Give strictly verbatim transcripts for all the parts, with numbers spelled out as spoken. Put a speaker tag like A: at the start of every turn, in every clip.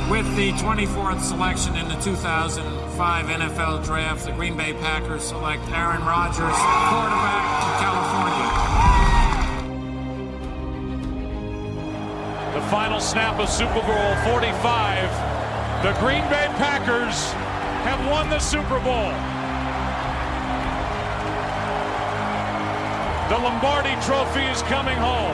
A: With the twenty-fourth selection in the two thousand five N F L Draft, the Green Bay Packers select Aaron Rodgers, quarterback of California.
B: The final snap of Super Bowl forty-five. The Green Bay Packers have won the Super Bowl. The Lombardi Trophy is coming home.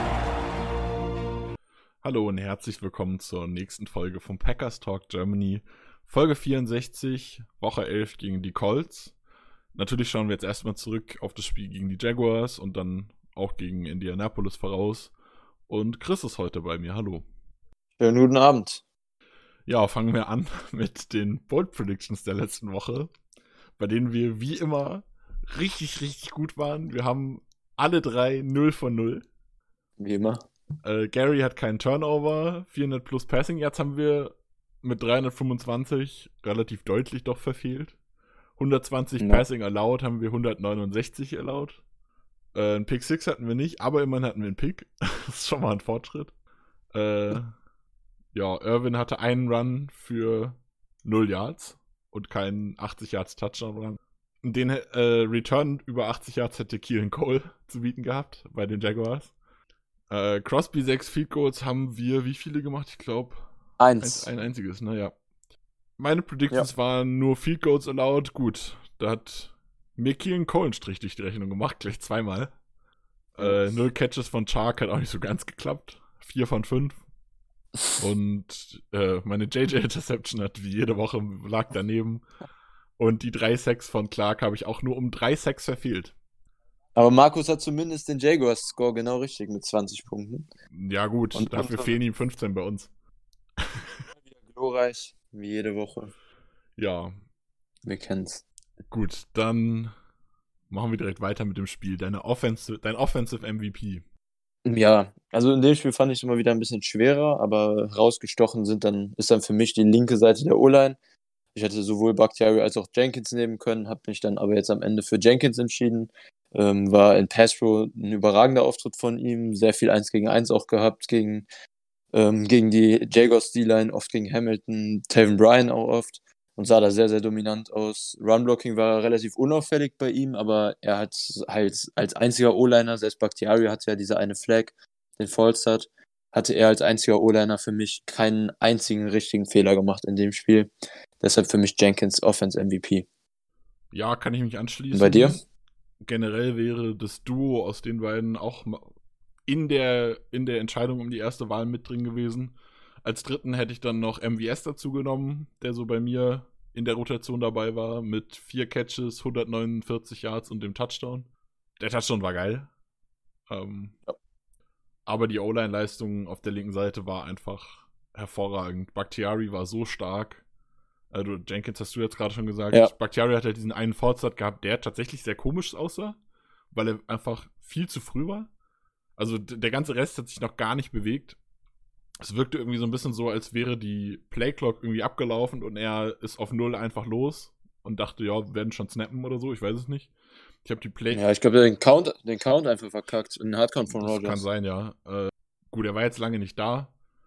C: Hallo und herzlich willkommen zur nächsten Folge vom Packers Talk Germany. Folge vierundsechzig, Woche elf gegen die Colts. Natürlich schauen wir jetzt erstmal zurück auf das Spiel gegen die Jaguars und dann auch gegen Indianapolis voraus. Und Chris ist heute bei mir, hallo.
D: Schönen guten Abend.
C: Ja, fangen wir an mit den Bold Predictions der letzten Woche, bei denen wir wie immer richtig, richtig gut waren. Wir haben alle drei null von null.
D: Wie immer.
C: Äh, Gary hat keinen Turnover, vierhundert plus Passing Yards haben wir mit dreihundertfünfundzwanzig relativ deutlich doch verfehlt. hundertzwanzig
D: Ja.
C: Passing allowed haben wir hundertneunundsechzig allowed. Äh, ein Pick sechs hatten wir nicht, aber immerhin hatten wir einen Pick. Das ist schon mal ein Fortschritt. Äh, ja, Irvin hatte einen Run für null Yards und keinen achtzig Yards Touchdown Run. Den äh, Return über achtzig Yards hätte Keelan Cole zu bieten gehabt bei den Jaguars. Äh, Crosby sechs Field Goals haben wir wie viele gemacht? Ich glaube
D: Eins.
C: ein, ein einziges, naja. Meine Predictions ja. waren nur Field Goals allowed. Gut, da hat mir Keelan Cole einen Strich durch die Rechnung gemacht, gleich zweimal. Äh, null Catches von Chark hat auch nicht so ganz geklappt. Vier von fünf. Und äh, meine J J Interception hat wie jede Woche lag daneben. Und die drei Sacks von Clark habe ich auch nur um drei Sacks verfehlt.
D: Aber Markus hat zumindest den Jaguars-Score genau richtig mit zwanzig Punkten.
C: Ja gut,
D: Und
C: dafür
D: und-
C: fehlen ihm fünfzehn bei uns.
D: Wieder glorreich, wie jede Woche.
C: Ja,
D: Wir kennen's.
C: gut, dann machen wir direkt weiter mit dem Spiel. Deine Offensive, dein Offensive M V P.
D: Ja, also in dem Spiel fand ich es immer wieder ein bisschen schwerer, aber rausgestochen sind dann, ist dann für mich die linke Seite der O-Line. Ich hätte sowohl Bakhtiari als auch Jenkins nehmen können, habe mich dann aber jetzt am Ende für Jenkins entschieden. Ähm, war in Pass Pro ein überragender Auftritt von ihm, sehr viel eins gegen eins auch gehabt gegen, ähm, gegen die Jaguars D-Line, oft gegen Hamilton, Taven Bryan auch oft und sah da sehr, sehr dominant aus. Run-Blocking war relativ unauffällig bei ihm, aber er hat halt als einziger O-Liner, selbst Bakhtiari hatte ja diese eine Flag, den False hat, hatte er als einziger O-Liner für mich keinen einzigen richtigen Fehler gemacht in dem Spiel. Deshalb für mich Jenkins Offense M V P.
C: Ja, kann ich mich anschließen.
D: Und bei dir?
C: Generell wäre das Duo aus den beiden auch ma- in der, in der Entscheidung um die erste Wahl mit drin gewesen. Als dritten hätte ich dann noch M V S dazu genommen, der so bei mir in der Rotation dabei war, mit vier Catches, hundertneunundvierzig Yards und dem Touchdown. Der Touchdown war geil. Ähm,
D: Ja.
C: Aber die O-Line-Leistung auf der linken Seite war einfach hervorragend. Bakhtiari war so stark. Also Jenkins hast du jetzt gerade schon gesagt.
D: Ja.
C: Bakhtiari hat halt diesen einen Fortstart gehabt, der tatsächlich sehr komisch aussah, weil er einfach viel zu früh war. Also d- der ganze Rest hat sich noch gar nicht bewegt. Es wirkte irgendwie so ein bisschen so, als wäre die Playclock irgendwie abgelaufen und er ist auf Null einfach los und dachte, ja, wir werden schon snappen oder so, ich weiß es nicht. Ich habe die Play...
D: Ja, ich glaube, den Count, den Count einfach verkackt. Den Hardcount von
C: Das kann
D: Rodgers.
C: sein, ja. Äh, gut, er war jetzt lange nicht da.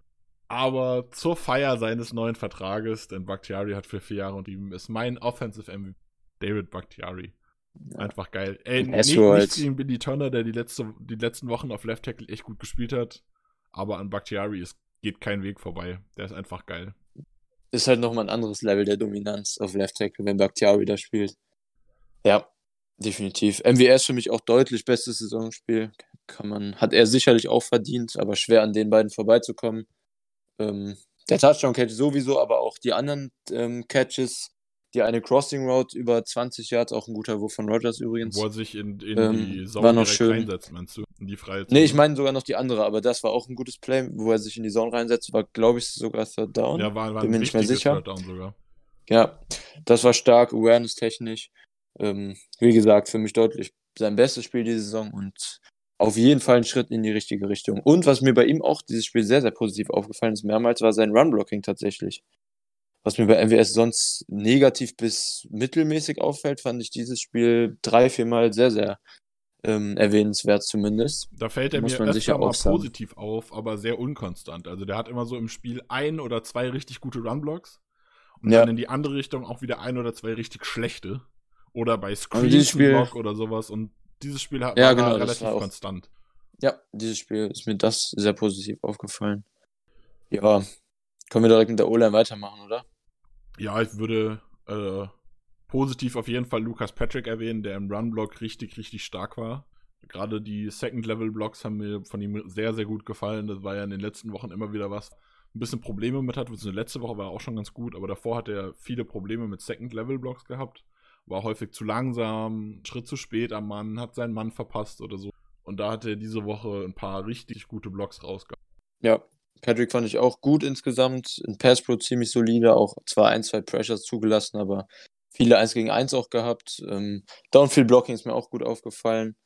C: Aber zur Feier seines neuen Vertrages, denn Bakhtiari hat für vier Jahre unterschrieben, ist mein Offensive M V P David Bakhtiari. Einfach geil. Ey,
D: Im
C: nicht,
D: Astro
C: nicht
D: als-
C: gegen Billy Turner, der die, letzte, die letzten Wochen auf Left Tackle echt gut gespielt hat. Aber an Bakhtiari ist, geht kein Weg vorbei. Der ist einfach geil.
D: Ist halt nochmal ein anderes Level der Dominanz auf Left Tackle, wenn Bakhtiari da spielt. Ja, definitiv. M V S für mich auch deutlich bestes Saisonspiel. Kann man, hat er sicherlich auch verdient, aber schwer an den beiden vorbeizukommen. Ähm, der Touchdown-Catch sowieso, aber auch die anderen ähm, Catches, die eine Crossing Route über zwanzig Yards, auch ein guter Wurf von Rodgers übrigens.
C: Wo er sich in, in
D: Ähm,
C: die Zone
D: war noch
C: direkt
D: schön.
C: reinsetzt, meinst du? In die freie
D: Nee, ich
C: Zone.
D: meine sogar noch die andere, aber das war auch ein gutes Play, wo er sich in die Zone reinsetzt, war, glaube ich, sogar Third Down.
C: Ja, war, war
D: Bin
C: ein
D: mir nicht mehr
C: wichtiges
D: sicher.
C: Third Down sogar.
D: Ja, das war stark, Awareness-technisch. Ähm, wie gesagt, für mich deutlich sein bestes Spiel diese Saison und auf jeden Fall ein Schritt in die richtige Richtung. Und was mir bei ihm auch dieses Spiel sehr, sehr positiv aufgefallen ist, mehrmals war sein Run-Blocking tatsächlich. Was mir bei M W S sonst negativ bis mittelmäßig auffällt, fand ich dieses Spiel drei, viermal sehr, sehr ähm, erwähnenswert zumindest.
C: Da fällt er
D: Muss
C: mir
D: man
C: öfter
D: sicher
C: mal
D: auch sagen.
C: positiv auf, aber sehr unkonstant. Also der hat immer so im Spiel ein oder zwei richtig gute Runblocks und
D: Ja.
C: dann in die andere Richtung auch wieder ein oder zwei richtig schlechte. Oder bei
D: dieses
C: Screens ein
D: Spiel-
C: Block oder sowas. Und dieses Spiel hat,
D: Ja,
C: war
D: genau,
C: da
D: das
C: relativ
D: war auch-
C: konstant.
D: Ja, dieses Spiel ist mir das sehr positiv aufgefallen. Ja, können wir direkt mit der O-Line weitermachen, oder?
C: Ja, ich würde äh, positiv auf jeden Fall Lucas Patrick erwähnen, der im Run-Block richtig, richtig stark war. Gerade die Second-Level-Blocks haben mir von ihm sehr, sehr gut gefallen. Das war ja in den letzten Wochen immer wieder was. Ein bisschen Probleme mit hat. Also letzte Woche war er auch schon ganz gut, aber davor hat er viele Probleme mit Second-Level-Blocks gehabt. War häufig zu langsam, Schritt zu spät am Mann, hat seinen Mann verpasst oder so. Und da hat er diese Woche ein paar richtig gute Blocks rausgehauen.
D: Ja, Patrick fand ich auch gut insgesamt. In Pass Pro ziemlich solide, auch zwar ein, zwei Pressures zugelassen, aber viele eins gegen eins auch gehabt. Ähm, Downfield Blocking ist mir auch gut aufgefallen.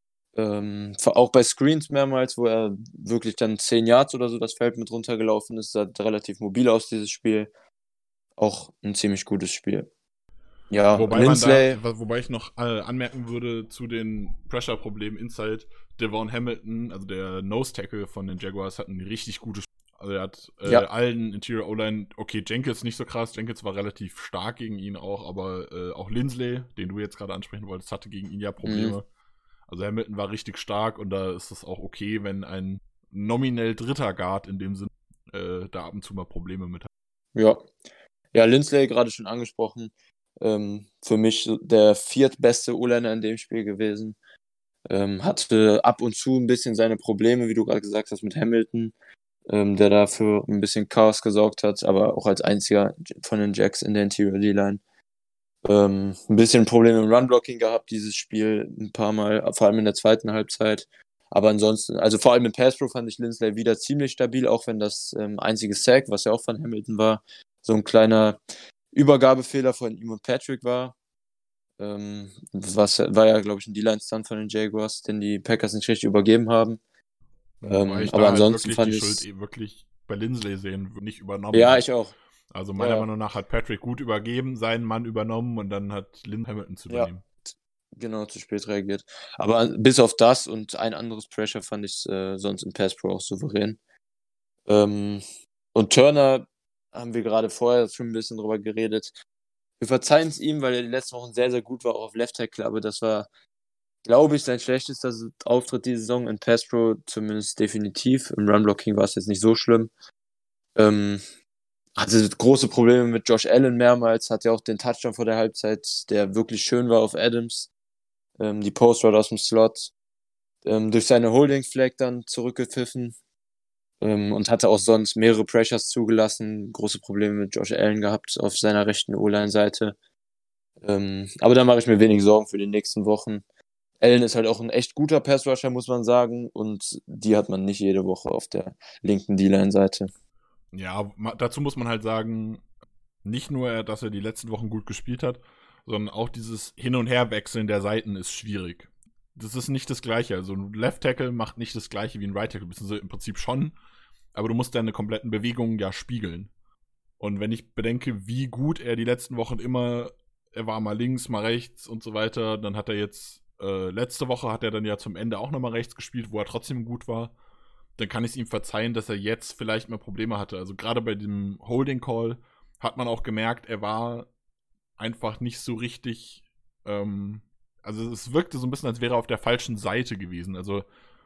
D: Ähm, auch bei Screens mehrmals, wo er wirklich dann zehn Yards oder so das Feld mit runtergelaufen ist, sah relativ mobil aus, dieses Spiel. Auch ein ziemlich gutes Spiel. Ja,
C: Wobei,
D: Lindsley,
C: man da, wobei ich noch äh, anmerken würde zu den Pressure-Problemen inside, Devon Hamilton, also der Nose-Tackle von den Jaguars, hat ein richtig gutes Spiel. Also er hat äh,
D: Ja.
C: allen Interior O-Line, okay, Jenkins nicht so krass, Jenkins war relativ stark gegen ihn auch, aber äh, auch Lindsley, den du jetzt gerade ansprechen wolltest, hatte gegen ihn ja Probleme. Also Hamilton war richtig stark und da ist es auch okay, wenn ein nominell dritter Guard in dem Sinne äh, da ab und zu mal Probleme mit hat.
D: ja. Ja, Lindsley gerade schon angesprochen. Ähm, für mich so der viertbeste O-Liner in dem Spiel gewesen. Ähm, hatte ab und zu ein bisschen seine Probleme, wie du gerade gesagt hast, mit Hamilton, ähm, der dafür ein bisschen Chaos gesorgt hat, aber auch als einziger von den Jacks in der Interior D-Line. Ähm, ein bisschen Probleme im Run-Blocking gehabt, dieses Spiel ein paar Mal, vor allem in der zweiten Halbzeit. Aber ansonsten, also vor allem im Pass-Pro fand ich Lindsley wieder ziemlich stabil, auch wenn das ähm, einzige Sack, was ja auch von Hamilton war, so ein kleiner Übergabefehler von ihm und Patrick war. Ähm, was war ja, glaube ich, ein D-Line-Stunt von den Jaguars, den die Packers nicht richtig übergeben haben.
C: Wobei
D: Ähm,
C: ich
D: aber
C: da halt
D: ansonsten
C: wirklich
D: fand
C: die
D: ich's-
C: Schuld eh wirklich bei Lindsley sehen, nicht übernommen.
D: Ja,
C: hat.
D: ich auch.
C: Also meiner
D: Ja.
C: Meinung nach hat Patrick gut übergeben, seinen Mann übernommen und dann hat Lynn Hamilton zu
D: Ja.
C: übernehmen.
D: Genau, zu spät reagiert. Aber bis auf das und ein anderes Pressure fand ich äh, sonst im Pass Pro auch souverän. Ähm, und Turner haben wir gerade vorher schon ein bisschen drüber geredet. Wir verzeihen es ihm, weil er die letzten Wochen sehr, sehr gut war, auch auf Left Tackle, aber das war, glaube ich, sein schlechtester Auftritt diese Saison in Pass Pro, zumindest definitiv. Im Run-Blocking war es jetzt nicht so schlimm. Ähm, hatte große Probleme mit Josh Allen mehrmals, hatte auch den Touchdown vor der Halbzeit, der wirklich schön war auf Adams. Ähm, die Post-Route aus dem Slot. Ähm, durch seine Holding-Flag dann zurückgepfiffen. Ähm, und hatte auch sonst mehrere Pressures zugelassen. Große Probleme mit Josh Allen gehabt auf seiner rechten O-Line-Seite. Ähm, aber da mache ich mir wenig Sorgen für die nächsten Wochen. Allen ist halt auch ein echt guter Pass-Rusher, muss man sagen. Und die hat man nicht jede Woche auf der linken D-Line-Seite.
C: Ja, ma- dazu muss man halt sagen, nicht nur, dass er die letzten Wochen gut gespielt hat, sondern auch dieses Hin- und Herwechseln der Seiten ist schwierig. Das ist nicht das Gleiche. Also ein Left Tackle macht nicht das Gleiche wie ein Right Tackle, beziehungsweise im Prinzip schon, aber du musst deine kompletten Bewegungen ja spiegeln. Und wenn ich bedenke, wie gut er die letzten Wochen immer, er war mal links, mal rechts und so weiter, dann hat er jetzt, äh, letzte Woche hat er dann ja zum Ende auch nochmal rechts gespielt, wo er trotzdem gut war. Dann kann ich es ihm verzeihen, dass er jetzt vielleicht mal Probleme hatte. Also gerade bei dem Holding Call hat man auch gemerkt, er war einfach nicht so richtig, ähm, also es wirkte so ein bisschen, als wäre er auf der falschen Seite gewesen. Also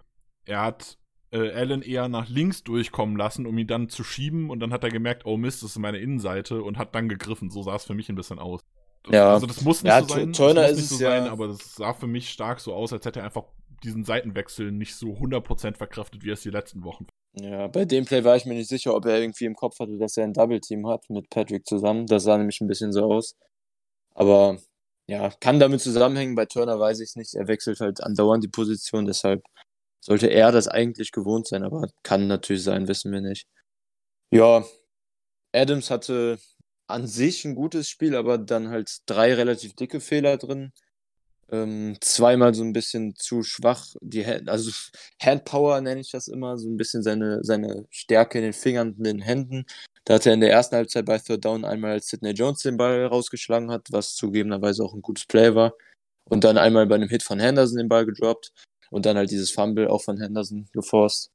C: er hat äh, Allen eher nach links durchkommen lassen, um ihn dann zu schieben und dann hat er gemerkt, oh Mist, das ist meine Innenseite und hat dann gegriffen. So sah es für mich ein bisschen aus. Das,
D: Ja.
C: Also das muss nicht
D: Ja,
C: so sein,
D: Turner
C: das muss
D: ist
C: nicht
D: es
C: so sein,
D: ja-
C: aber das sah für mich stark so aus, als hätte er einfach diesen Seitenwechsel nicht so hundert Prozent verkraftet, wie er es die letzten Wochen.
D: Ja, bei dem Play war ich mir nicht sicher, ob er irgendwie im Kopf hatte, dass er ein Double-Team hat mit Patrick zusammen. Das sah nämlich ein bisschen so aus. Aber ja, kann damit zusammenhängen. Bei Turner weiß ich es nicht. Er wechselt halt andauernd die Position, deshalb sollte er das eigentlich gewohnt sein, aber kann natürlich sein, wissen wir nicht. Ja, Adams hatte an sich ein gutes Spiel, aber dann halt drei relativ dicke Fehler drin. Ähm, zweimal so ein bisschen zu schwach, die Hand, also Handpower nenne ich das immer, so ein bisschen seine, seine Stärke in den Fingern, in den Händen. Da hat er in der ersten Halbzeit bei Third Down einmal Sidney Jones den Ball rausgeschlagen hat, was zugegebenerweise auch ein gutes Play war. Und dann einmal bei einem Hit von Henderson den Ball gedroppt und dann halt dieses Fumble auch von Henderson geforst.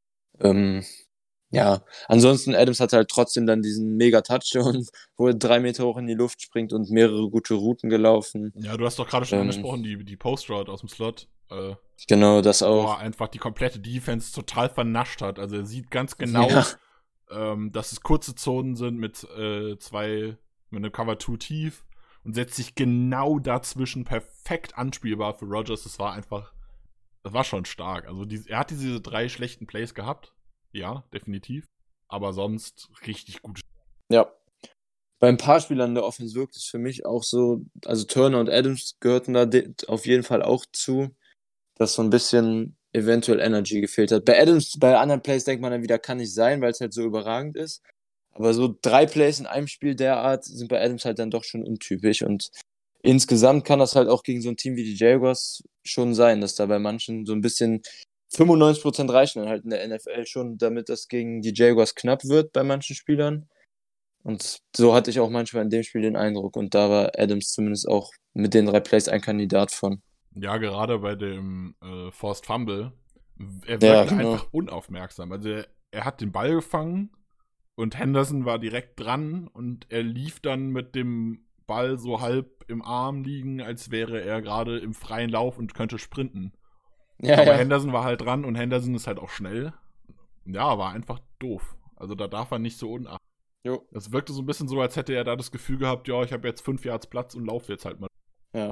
D: Ähm, ja, ansonsten Adams hatte halt trotzdem dann diesen Mega-Touchdown, wo er drei Meter hoch in die Luft springt und mehrere gute Routen gelaufen.
C: Ja, du hast doch gerade schon
D: Ähm,
C: angesprochen, die, die Post-Route aus dem Slot. Äh,
D: Genau, das
C: wo
D: auch.
C: er einfach die komplette Defense total vernascht hat. Also er sieht ganz genau,
D: Ja.
C: ähm, dass es kurze Zonen sind mit äh, zwei, mit einem Cover zwei tief und setzt sich genau dazwischen perfekt anspielbar für Rodgers. Das war einfach, das war schon stark. Also die, er hat diese drei schlechten Plays gehabt. Ja, definitiv. Aber sonst richtig gut.
D: Ja. Bei ein paar Spielern der Offense wirkt es für mich auch so, also Turner und Adams gehörten da de- auf jeden Fall auch zu, dass so ein bisschen eventuell Energy gefehlt hat. Bei Adams, bei anderen Plays denkt man dann wieder, kann nicht sein, weil es halt so überragend ist. Aber so drei Plays in einem Spiel derart sind bei Adams halt dann doch schon untypisch. Und insgesamt kann das halt auch gegen so ein Team wie die Jaguars schon sein, dass da bei manchen so ein bisschen fünfundneunzig Prozent reichen dann halt in der N F L schon, damit das gegen die Jaguars knapp wird bei manchen Spielern. Und so hatte ich auch manchmal in dem Spiel den Eindruck. Und da war Adams zumindest auch mit den drei Plays ein Kandidat von.
C: Ja, gerade bei dem äh, Forced Fumble. Er
D: Ja,
C: wirkte
D: genau.
C: einfach unaufmerksam. Also er, er hat den Ball gefangen und Henderson war direkt dran und er lief dann mit dem Ball so halb im Arm liegen, als wäre er gerade im freien Lauf und könnte sprinten.
D: Ja,
C: Aber
D: ja.
C: Henderson war halt dran und Henderson ist halt auch schnell. Ja, war einfach doof. Also da darf er nicht so unachten.
D: Jo.
C: Das wirkte so ein bisschen so, als hätte er da das Gefühl gehabt, ja, ich habe jetzt fünf Yards Platz und laufe jetzt halt mal.
D: Ja.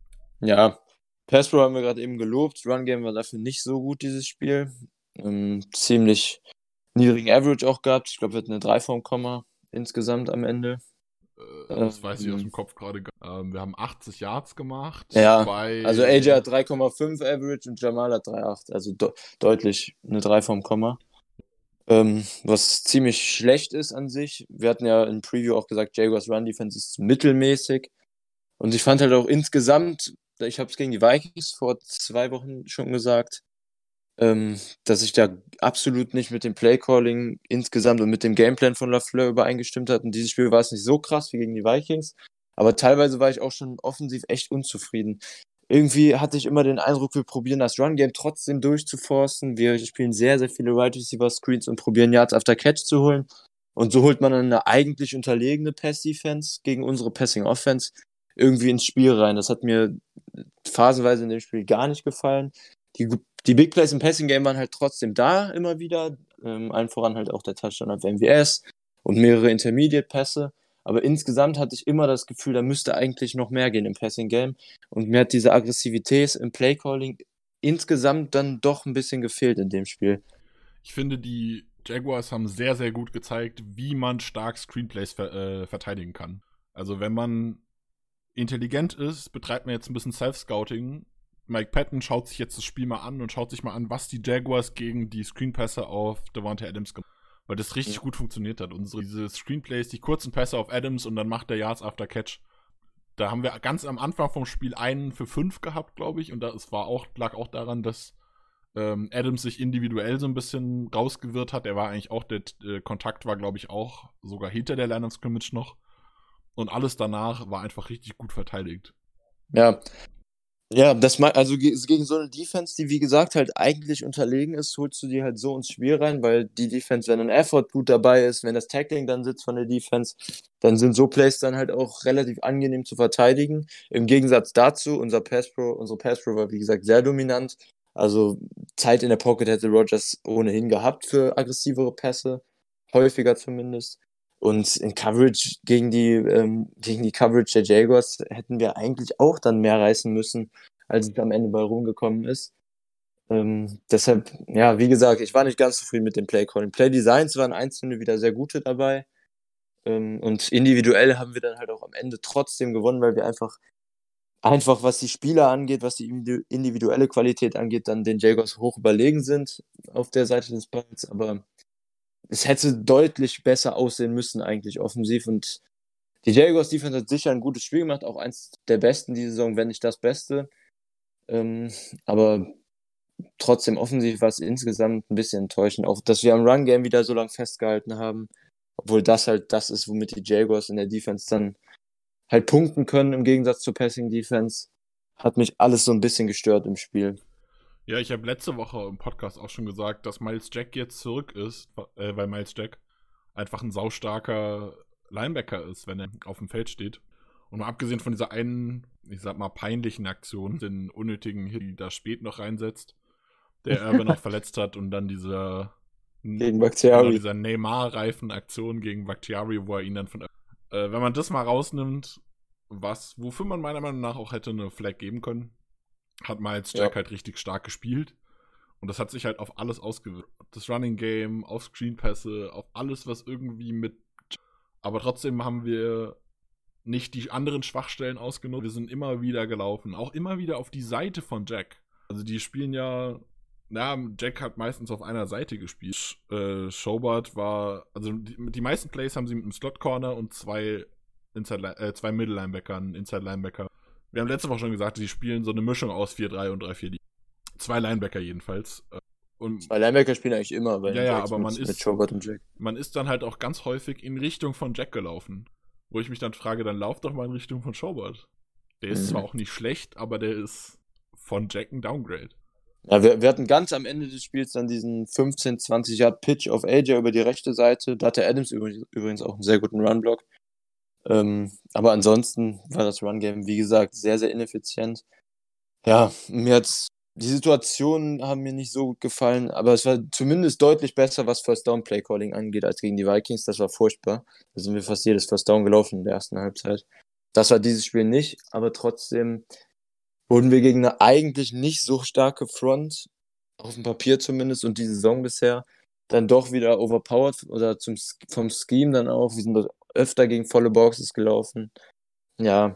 D: Ja. Pass Pro haben wir gerade eben gelobt. Run Game war dafür nicht so gut, dieses Spiel. Ähm, ziemlich niedrigen Average auch gehabt. Ich glaube, wir hatten eine drei vorm Komma insgesamt am Ende.
C: Äh, das
D: Ähm,
C: weiß ich aus dem Kopf gerade gar nicht. Ähm, wir haben achtzig Yards gemacht.
D: Ja,
C: bei
D: also A J hat drei Komma fünf Average und Jamal hat drei Komma acht. Also de- deutlich eine drei vorm Komma. Ähm, was ziemlich schlecht ist an sich. Wir hatten ja im Preview auch gesagt, Jaguars Run Defense ist mittelmäßig. Und ich fand halt auch insgesamt, ich habe es gegen die Vikings vor zwei Wochen schon gesagt, ähm, dass ich da absolut nicht mit dem Playcalling insgesamt und mit dem Gameplan von LaFleur übereingestimmt hat. Und dieses Spiel war es nicht so krass wie gegen die Vikings. Aber teilweise war ich auch schon offensiv echt unzufrieden. Irgendwie hatte ich immer den Eindruck, wir probieren das Run-Game trotzdem durchzuforcen. Wir spielen sehr, sehr viele Wide Receiver Screens und probieren Yards after Catch zu holen. Und so holt man dann eine eigentlich unterlegene Pass-Defense gegen unsere Passing-Offense irgendwie ins Spiel rein. Das hat mir phasenweise in dem Spiel gar nicht gefallen. Die, die Big Plays im Passing-Game waren halt trotzdem da immer wieder. Ähm, allen voran halt auch der Touchdown auf M V S und mehrere Intermediate-Pässe. Aber insgesamt hatte ich immer das Gefühl, da müsste eigentlich noch mehr gehen im Passing-Game. Und mir hat diese Aggressivität im Play-Calling insgesamt dann doch ein bisschen gefehlt in dem Spiel.
C: Ich finde, die Jaguars haben sehr, sehr gut gezeigt, wie man stark Screenplays ver äh, verteidigen kann. Also wenn man intelligent ist, betreibt man jetzt ein bisschen Self-Scouting. Mike Patton schaut sich jetzt das Spiel mal an und schaut sich mal an, was die Jaguars gegen die Screenpässe auf Davante Adams gemacht haben. Weil das richtig ja. gut funktioniert hat. Unsere diese Screenplays, die kurzen Pässe auf Adams und dann macht der Yards after Catch. Da haben wir ganz am Anfang vom Spiel einen für fünf gehabt, glaube ich. Und das war auch, lag auch daran, dass ähm, Adams sich individuell so ein bisschen rausgewirrt hat. Er war eigentlich auch, der äh, Kontakt war, glaube ich, auch sogar hinter der Line of Scrimmage noch. Und alles danach war einfach richtig gut verteidigt.
D: Ja. Ja, das mal, also gegen so eine Defense, die wie gesagt halt eigentlich unterlegen ist, holst du die halt so ins Spiel rein, weil die Defense, wenn ein Effort gut dabei ist, wenn das Tackling dann sitzt von der Defense, dann sind so Plays dann halt auch relativ angenehm zu verteidigen. Im Gegensatz dazu, unser Pass Pro, unsere Pass Pro war wie gesagt sehr dominant. Also Zeit in der Pocket hätte Rodgers ohnehin gehabt für aggressivere Pässe, häufiger zumindest. Und in Coverage gegen die, ähm, gegen die Coverage der Jaguars hätten wir eigentlich auch dann mehr reißen müssen, als es am Ende bei rumgekommen ist. Ähm, deshalb, ja, wie gesagt, ich war nicht ganz zufrieden mit dem Play-Calling. Play-Designs waren einzelne wieder sehr gute dabei. Ähm, und individuell haben wir dann halt auch am Ende trotzdem gewonnen, weil wir einfach, einfach was die Spieler angeht, was die individuelle Qualität angeht, dann den Jaguars hoch überlegen sind auf der Seite des Balls. Aber es hätte deutlich besser aussehen müssen eigentlich offensiv und die Jaguars Defense hat sicher ein gutes Spiel gemacht, auch eins der besten diese Saison, wenn nicht das Beste. Ähm, aber trotzdem offensiv war es insgesamt ein bisschen enttäuschend, auch dass wir am Run-Game wieder so lange festgehalten haben, obwohl das halt das ist, womit die Jaguars in der Defense dann halt punkten können im Gegensatz zur Passing-Defense. hat mich alles so ein bisschen gestört im Spiel.
C: Ja, ich habe letzte Woche im Podcast auch schon gesagt, dass Miles Jack jetzt zurück ist, äh, weil Miles Jack einfach ein saustarker Linebacker ist, wenn er auf dem Feld steht. Und mal abgesehen von dieser einen, ich sag mal, peinlichen Aktion, den unnötigen Hit, die da spät noch reinsetzt, der Irvin noch verletzt hat und dann dieser
D: Gegen Bakhtiari.
C: Genau, dieser Neymar-Reifen-Aktion gegen Bakhtiari, wo er ihn dann von... Äh, wenn man das mal rausnimmt, was, wofür man meiner Meinung nach auch hätte eine Flag geben können, hat Miles Jack
D: Ja.
C: halt richtig stark gespielt. Und das hat sich halt auf alles ausgewirkt. Das Running Game, auf Screenpässe, auf alles, was irgendwie mit... Aber trotzdem haben wir nicht die anderen Schwachstellen ausgenutzt. Wir sind immer wieder gelaufen. Auch immer wieder auf die Seite von Jack. Also die spielen ja... Na, Jack hat meistens auf einer Seite gespielt. Äh, Schobert war... Also die, die meisten Plays haben sie mit einem Slot-Corner und zwei, Inside, äh, zwei Middle-Linebackern, Inside-Linebacker. Wir haben letzte Woche schon gesagt, sie spielen so eine Mischung aus vier drei und drei vier. Zwei Linebacker jedenfalls. Und
D: Zwei Linebacker spielen eigentlich immer, bei
C: Ja,
D: den
C: ja,
D: Jacks
C: aber
D: mit,
C: man
D: mit
C: ist-
D: Schobert und Jack.
C: man ist dann halt auch ganz häufig in Richtung von Jack gelaufen. Wo ich mich dann frage, dann lauf doch mal in Richtung von Schobert. Der ist
D: Mhm.
C: zwar auch nicht schlecht, aber der ist von Jack ein Downgrade.
D: Ja, wir, wir hatten ganz am Ende des Spiels dann diesen fünfzehn, zwanzig Yard Pitch auf A J über die rechte Seite. Da hatte Adams übrigens, übrigens auch einen sehr guten Run-Block. Ähm, aber ansonsten war das Run-Game, wie gesagt, sehr, sehr ineffizient. Ja, mir hat's, die Situationen haben mir nicht so gut gefallen, aber es war zumindest deutlich besser, was First Down Play Calling angeht, als gegen die Vikings. Das war furchtbar. Da sind wir fast jedes First Down gelaufen in der ersten Halbzeit. Das war dieses Spiel nicht, aber trotzdem wurden wir gegen eine eigentlich nicht so starke Front, auf dem Papier zumindest, und die Saison bisher, dann doch wieder overpowered oder zum, vom Scheme dann auch. Wir sind öfter gegen volle Boxes gelaufen. Ja,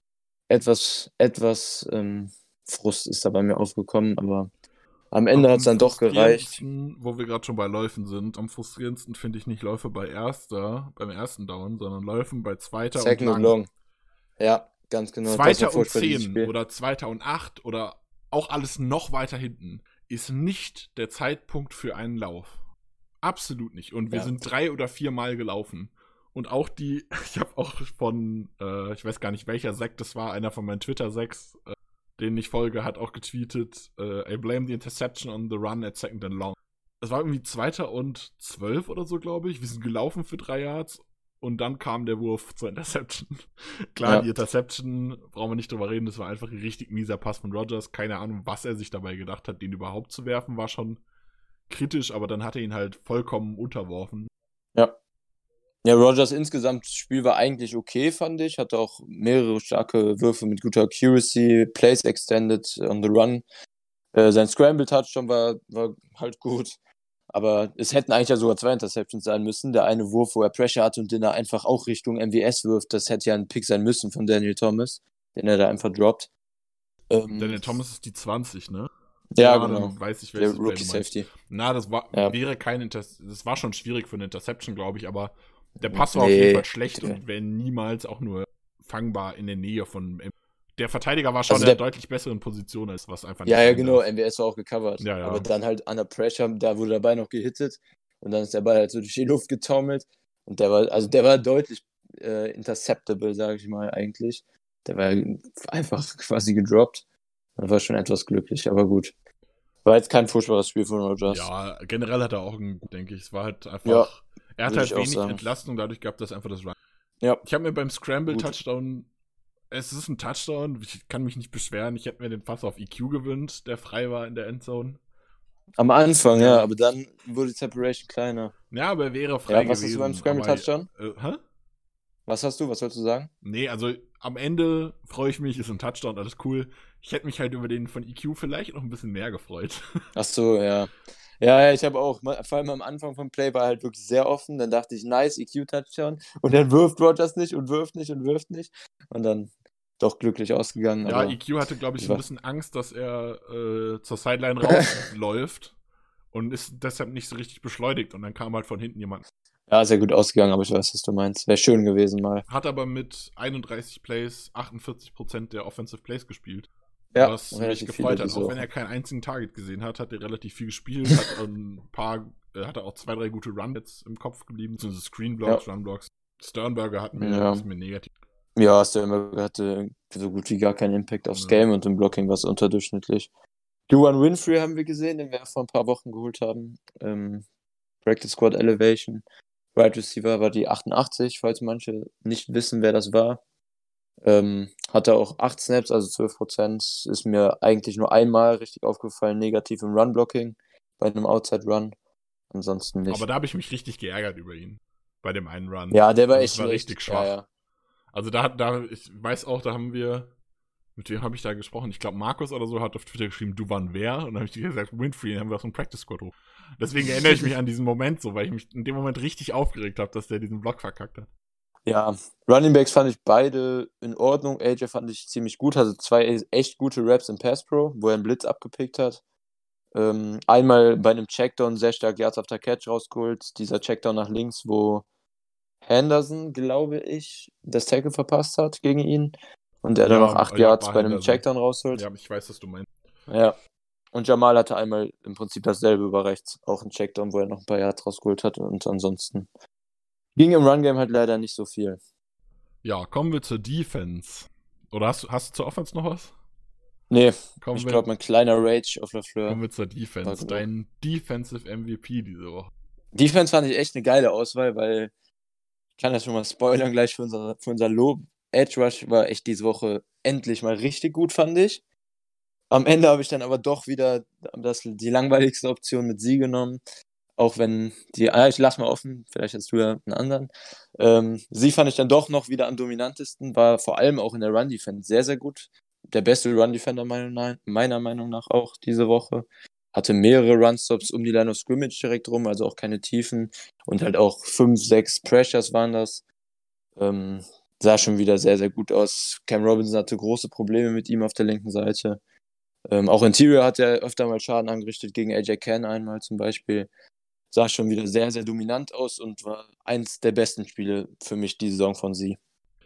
D: etwas, etwas ähm, Frust ist da bei mir aufgekommen, aber am Ende hat es dann doch gereicht.
C: frustrierendsten, Wo wir gerade schon bei Läufen sind, am frustrierendsten finde ich nicht Läufe bei erster, beim ersten Down, sondern Läufen bei zweiter
D: Second
C: und
D: and
C: lang.
D: long. Ja, ganz genau. Das war
C: Zweiter und
D: furchtbar, dieses
C: zehn
D: Spiel.
C: oder zweiter und acht oder auch alles noch weiter hinten ist nicht der Zeitpunkt für einen Lauf. Absolut nicht. Und wir
D: Ja.
C: sind drei oder vier Mal gelaufen. Und auch die, ich habe auch von, äh, ich weiß gar nicht welcher Sack das war, einer von meinen Twitter-Sacks, äh, den ich folge, hat auch getweetet, äh, I blame the interception on the run at second and long. Es war irgendwie zweiter und zwölf oder so, glaube ich. Wir sind gelaufen für drei Yards und dann kam der Wurf zur Interception. Klar,
D: Ja.
C: die Interception, brauchen wir nicht drüber reden, das war einfach ein richtig mieser Pass von Rodgers. Keine Ahnung, was er sich dabei gedacht hat, den überhaupt zu werfen, war schon kritisch, aber dann hat er ihn halt vollkommen unterworfen.
D: Ja. Ja, Rodgers insgesamt, das Spiel war eigentlich okay, fand ich. Hatte auch mehrere starke Würfe mit guter Accuracy, Plays extended on the run. Äh, sein Scramble-Touchdown war, war halt gut. Aber es hätten eigentlich ja sogar zwei Interceptions sein müssen. Der eine Wurf, wo er Pressure hatte und den er einfach auch Richtung M V S wirft, das hätte ja ein Pick sein müssen von Daniel Thomas, den er da einfach droppt. Ähm,
C: Daniel Thomas ist die zwanzig, ne?
D: ja,
C: dann
D: genau.
C: weiß ich,
D: Der
C: welches Play
D: Rookie
C: du meinst.
D: Safety.
C: Na, das war,
D: Ja.
C: wäre kein Inter das war schon schwierig für eine Interception, glaube ich, aber der Pass war auf
D: Nee,
C: jeden Fall schlecht
D: bitte.
C: und wäre niemals auch nur fangbar in der Nähe von. Der Verteidiger war schon
D: Also
C: in einer
D: der-
C: deutlich besseren Position, als was einfach nicht
D: Ja, ja,
C: sein
D: genau.
C: darf.
D: M W S war auch gecovert.
C: Ja, ja.
D: Aber dann halt under pressure, da wurde der Ball noch gehittet und dann ist der Ball halt so durch die Luft getaumelt und der war, also der war deutlich äh, interceptable, sage ich mal eigentlich. Der war einfach quasi gedroppt. Das war schon etwas glücklich, aber gut. War jetzt kein furchtbares Spiel von Rodgers.
C: Ja, generell hat er auch einen, denke ich. Es war halt einfach.
D: Ja,
C: er hat
D: würde
C: halt
D: ich auch
C: wenig
D: sagen.
C: Entlastung, dadurch gab das einfach das Run.
D: Ja.
C: Ich habe mir beim Scramble
D: Gut.
C: Touchdown. Es ist ein Touchdown, ich kann mich nicht beschweren. Ich hätte mir den Pass auf E Q gewünscht, der frei war in der Endzone.
D: Am Anfang, ja, aber dann wurde die Separation kleiner.
C: Ja, aber er wäre frei
D: Ja, was
C: gewesen.
D: hast du beim Scramble
C: aber,
D: Touchdown?
C: Äh, hä?
D: Was hast du? Was wolltest du sagen?
C: Nee, also am Ende freue ich mich, ist ein Touchdown, alles cool. Ich hätte mich halt über den von E Q vielleicht noch ein bisschen mehr gefreut.
D: Ach so, ja. Ja, ja, ich habe auch, vor allem am Anfang vom Play war er halt wirklich sehr offen. Dann dachte ich, nice, E Q-Touchdown. Und dann wirft Rodgers nicht und wirft nicht und wirft nicht. Und dann doch glücklich ausgegangen.
C: Ja,
D: aber
C: E Q hatte, glaube ich,
D: ich
C: so ein
D: war-
C: bisschen Angst, dass er äh, zur Sideline rausläuft und ist deshalb nicht so richtig beschleunigt. Und dann kam halt von hinten jemand.
D: ja, sehr gut ausgegangen, aber ich weiß, was du meinst. Wäre schön gewesen mal.
C: Hat aber mit einunddreißig Plays achtundvierzig Prozent der Offensive Plays gespielt.
D: Ja,
C: was mich
D: relativ
C: gefreut
D: viele
C: hat.
D: diese
C: Auch
D: Woche.
C: wenn er keinen einzigen Target gesehen hat, hat er relativ viel gespielt, hat ein paar, äh, hat er auch zwei, drei gute Run-Hits im Kopf geblieben, beziehungsweise Screenblocks,
D: Ja.
C: Runblocks. Sternberger hat mir,
D: Ja.
C: ist mir negativ.
D: Ja, Sternberg hatte so gut wie gar keinen Impact aufs
C: Ja.
D: Game und im Blocking war es unterdurchschnittlich. Juwan Winfrey haben wir gesehen, den wir vor ein paar Wochen geholt haben. Ähm, Practice Squad Elevation. Wide Receiver war die achtundachtzig, falls manche nicht wissen, wer das war. Ähm, hatte auch acht Snaps, also zwölf Prozent. Ist mir eigentlich nur einmal richtig aufgefallen, negativ im Run-Blocking bei einem Outside-Run. Ansonsten nicht.
C: Aber da habe ich mich richtig geärgert über ihn. Bei dem einen Run.
D: Ja, der war
C: Also
D: echt
C: es war
D: schlecht.
C: richtig schwach.
D: Ja, ja.
C: Also da hat, da, ich weiß auch, da haben wir, mit wem habe ich da gesprochen? Ich glaube, Markus oder so hat auf Twitter geschrieben, du wann wer? Und dann habe ich gesagt, Winfrey, dann haben wir aus dem Practice Squad hoch. Deswegen erinnere ich mich an diesen Moment so, weil ich mich in dem Moment richtig aufgeregt habe, dass der diesen Block verkackt hat.
D: Ja, Running Backs fand ich beide in Ordnung. A J fand ich ziemlich gut, hatte zwei echt gute Raps im Pass Pro, wo er einen Blitz abgepickt hat. Ähm, einmal bei einem Checkdown sehr stark Yards after Catch rausgeholt. Dieser Checkdown nach links, wo Henderson, glaube ich, das Tackle verpasst hat gegen ihn. Und er dann
C: Ja,
D: noch acht
C: ja,
D: Yards
C: war
D: bei einem
C: Henderson.
D: Checkdown rausholt.
C: Ja, ich weiß, was du meinst.
D: Ja. Und Jamal hatte einmal im Prinzip dasselbe über rechts. Auch ein Checkdown, wo er noch ein paar Yards rausgeholt hat. Und ansonsten ging im Run-Game halt leider nicht so viel.
C: Ja, kommen wir zur Defense. Oder hast, hast du zur Offense noch was?
D: Nee,
C: Kommen
D: ich
C: wir,
D: glaube, mein kleiner Rage auf LaFleur.
C: kommen wir zur Defense.
D: War genug.
C: Dein Defensive M V P diese Woche.
D: Defense fand ich echt eine geile Auswahl, weil ich kann das schon mal spoilern gleich für unser, für unser Lob. Edge Rush war echt diese Woche endlich mal richtig gut, fand ich. Am Ende habe ich dann aber doch wieder das, die langweiligste Option mit sie genommen. Auch wenn die, ah, ich lass mal offen, vielleicht hast du ja einen anderen. Ähm, sie fand ich dann doch noch wieder am dominantesten, war vor allem auch in der Run-Defense sehr, sehr gut. Der beste Run-Defender meiner, meiner Meinung nach auch diese Woche. Hatte mehrere Run-Stops um die Line of Scrimmage direkt rum, also auch keine Tiefen. Und halt auch fünf, sechs Pressures waren das. Ähm, sah schon wieder sehr, sehr gut aus. Cam Robinson hatte große Probleme mit ihm auf der linken Seite. Ähm, auch Interior hat er öfter mal Schaden angerichtet, gegen A J Cann einmal zum Beispiel. Sah schon wieder sehr, sehr dominant aus und war eins der besten Spiele für mich die Saison von sie.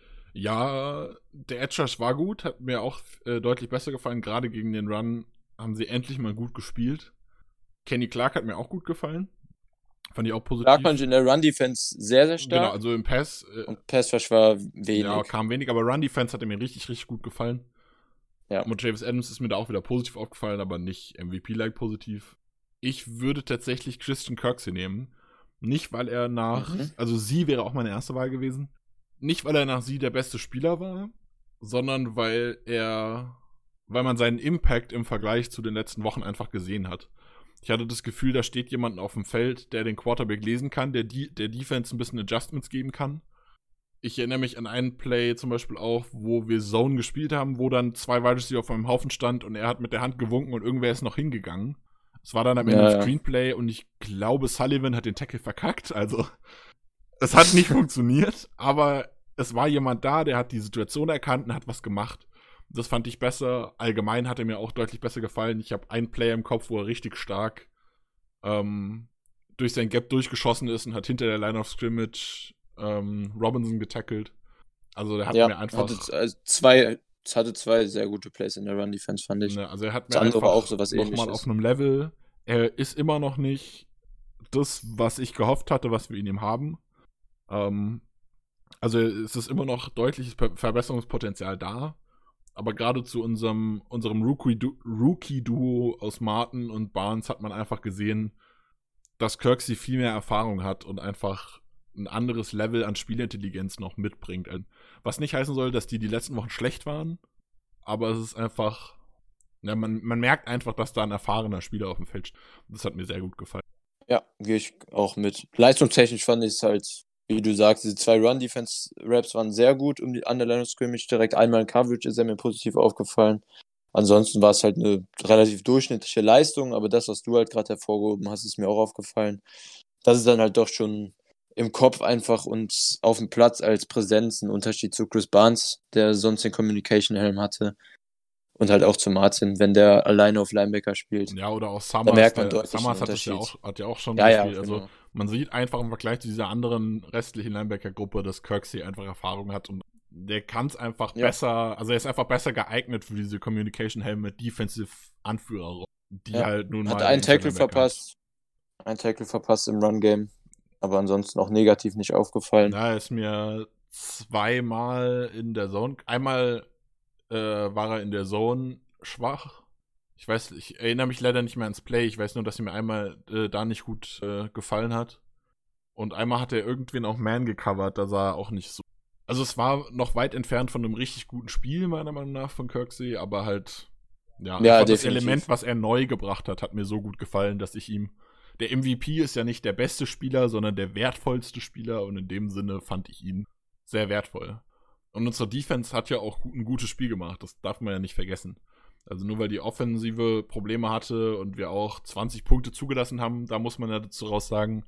C: Ja, der Edge Rush war gut, hat mir auch äh, deutlich besser gefallen. Gerade gegen den Run haben sie endlich mal gut gespielt. Kenny Clark hat mir auch gut gefallen. Fand ich auch positiv.
D: Clark fand ich in der Run-Defense sehr, sehr stark.
C: Genau, also im Pass. Äh,
D: und Pass-Rush war wenig.
C: Ja, kam wenig, aber Run-Defense hat mir richtig, richtig gut gefallen.
D: Ja.
C: Und James Adams ist mir da auch wieder positiv aufgefallen, aber nicht M V P-like positiv. Ich würde tatsächlich Christian Kirksey nehmen. Nicht, weil er nach,
D: Mhm.
C: also sie wäre auch meine erste Wahl gewesen. Nicht, weil er nach sie der beste Spieler war, sondern weil er, weil man seinen Impact im Vergleich zu den letzten Wochen einfach gesehen hat. Ich hatte das Gefühl, da steht jemand auf dem Feld, der den Quarterback lesen kann, der, die, der Defense ein bisschen Adjustments geben kann. Ich erinnere mich an einen Play zum Beispiel auch, wo wir Zone gespielt haben, wo dann zwei Wide Receiver auf einem Haufen stand und er hat mit der Hand gewunken und irgendwer ist noch hingegangen. Es war dann am Ende
D: Ja,
C: ein
D: ja.
C: Screenplay und ich glaube, Sullivan hat den Tackle verkackt. Also, es hat nicht funktioniert, aber es war jemand da, der hat die Situation erkannt und hat was gemacht. Das fand ich besser. Allgemein hat er mir auch deutlich besser gefallen. Ich habe einen Play im Kopf, wo er richtig stark ähm, durch sein Gap durchgeschossen ist und hat hinter der Line of Scrimmage ähm, Robinson getackelt. Also, der hat
D: ja,
C: mir einfach.
D: hatte, also zwei, es hatte zwei sehr gute Plays in der Run-Defense, fand ich.
C: Ne, also er hat mir
D: Das andere
C: einfach
D: war auch sowas
C: nochmal
D: Ähnliches.
C: auf einem Level. Er ist immer noch nicht das, was ich gehofft hatte, was wir in ihm haben. Ähm, also es ist immer noch deutliches Ver- Verbesserungspotenzial da. Aber gerade zu unserem, unserem Rookie-Du- Rookie-Duo aus Martin und Barnes hat man einfach gesehen, dass Kirksey viel mehr Erfahrung hat und einfach ein anderes Level an Spielintelligenz noch mitbringt. Was nicht heißen soll, dass die die letzten Wochen schlecht waren, aber es ist einfach, ja, man, man merkt einfach, dass da ein erfahrener Spieler auf dem Feld steht. Das hat mir sehr gut gefallen.
D: Ja, gehe ich auch mit. Leistungstechnisch fand ich es halt, wie du sagst, diese zwei Run-Defense-Raps waren sehr gut um die an der Line of Scrimmage. Direkt einmal in Coverage ist er mir positiv aufgefallen. Ansonsten war es halt eine relativ durchschnittliche Leistung, aber das, was du halt gerade hervorgehoben hast, ist mir auch aufgefallen. Das ist dann halt doch schon im Kopf einfach und auf dem Platz als Präsenz ein Unterschied zu Chris Barnes, der sonst den Communication-Helm hatte. Und halt auch zu Martin, wenn der alleine auf Linebacker spielt.
C: Ja, oder auch Summers.
D: merkt man
C: der,
D: deutlich
C: Summers
D: den
C: hat, das ja
D: Unterschied.
C: auch, hat ja auch schon
D: Ja, ja,
C: gespielt. Also
D: genau.
C: man sieht einfach im Vergleich zu dieser anderen restlichen Linebacker-Gruppe, dass Kirksey einfach Erfahrung hat und der kann es einfach
D: Ja.
C: besser, also er ist einfach besser geeignet für diese Communication-Helm mit Defensive-Anführer, die
D: Ja.
C: halt nun
D: Hat
C: mal
D: einen
C: Inside
D: Tackle
C: Linebacker
D: verpasst. Ein Tackle verpasst im Run-Game. Aber ansonsten auch negativ nicht aufgefallen.
C: hat. Da ist mir zweimal in der Zone. Einmal äh, war er in der Zone schwach. Ich weiß, ich erinnere mich leider nicht mehr ans Play. Ich weiß nur, dass er mir einmal äh, da nicht gut äh, gefallen hat. Und einmal hat er irgendwen auch Man gecovert. Da sah er auch nicht so. Also es war noch weit entfernt von einem richtig guten Spiel, meiner Meinung nach, von Kirksey. Aber halt, ja,
D: Ja,
C: das
D: definitiv.
C: Element, was er neu gebracht hat, hat mir so gut gefallen, dass ich ihm... Der M V P ist ja nicht der beste Spieler, sondern der wertvollste Spieler. Und in dem Sinne fand ich ihn sehr wertvoll. Und unsere Defense hat ja auch ein gutes Spiel gemacht. Das darf man ja nicht vergessen. Also nur weil die Offensive Probleme hatte und wir auch zwanzig Punkte zugelassen haben, da muss man ja dazu raus sagen,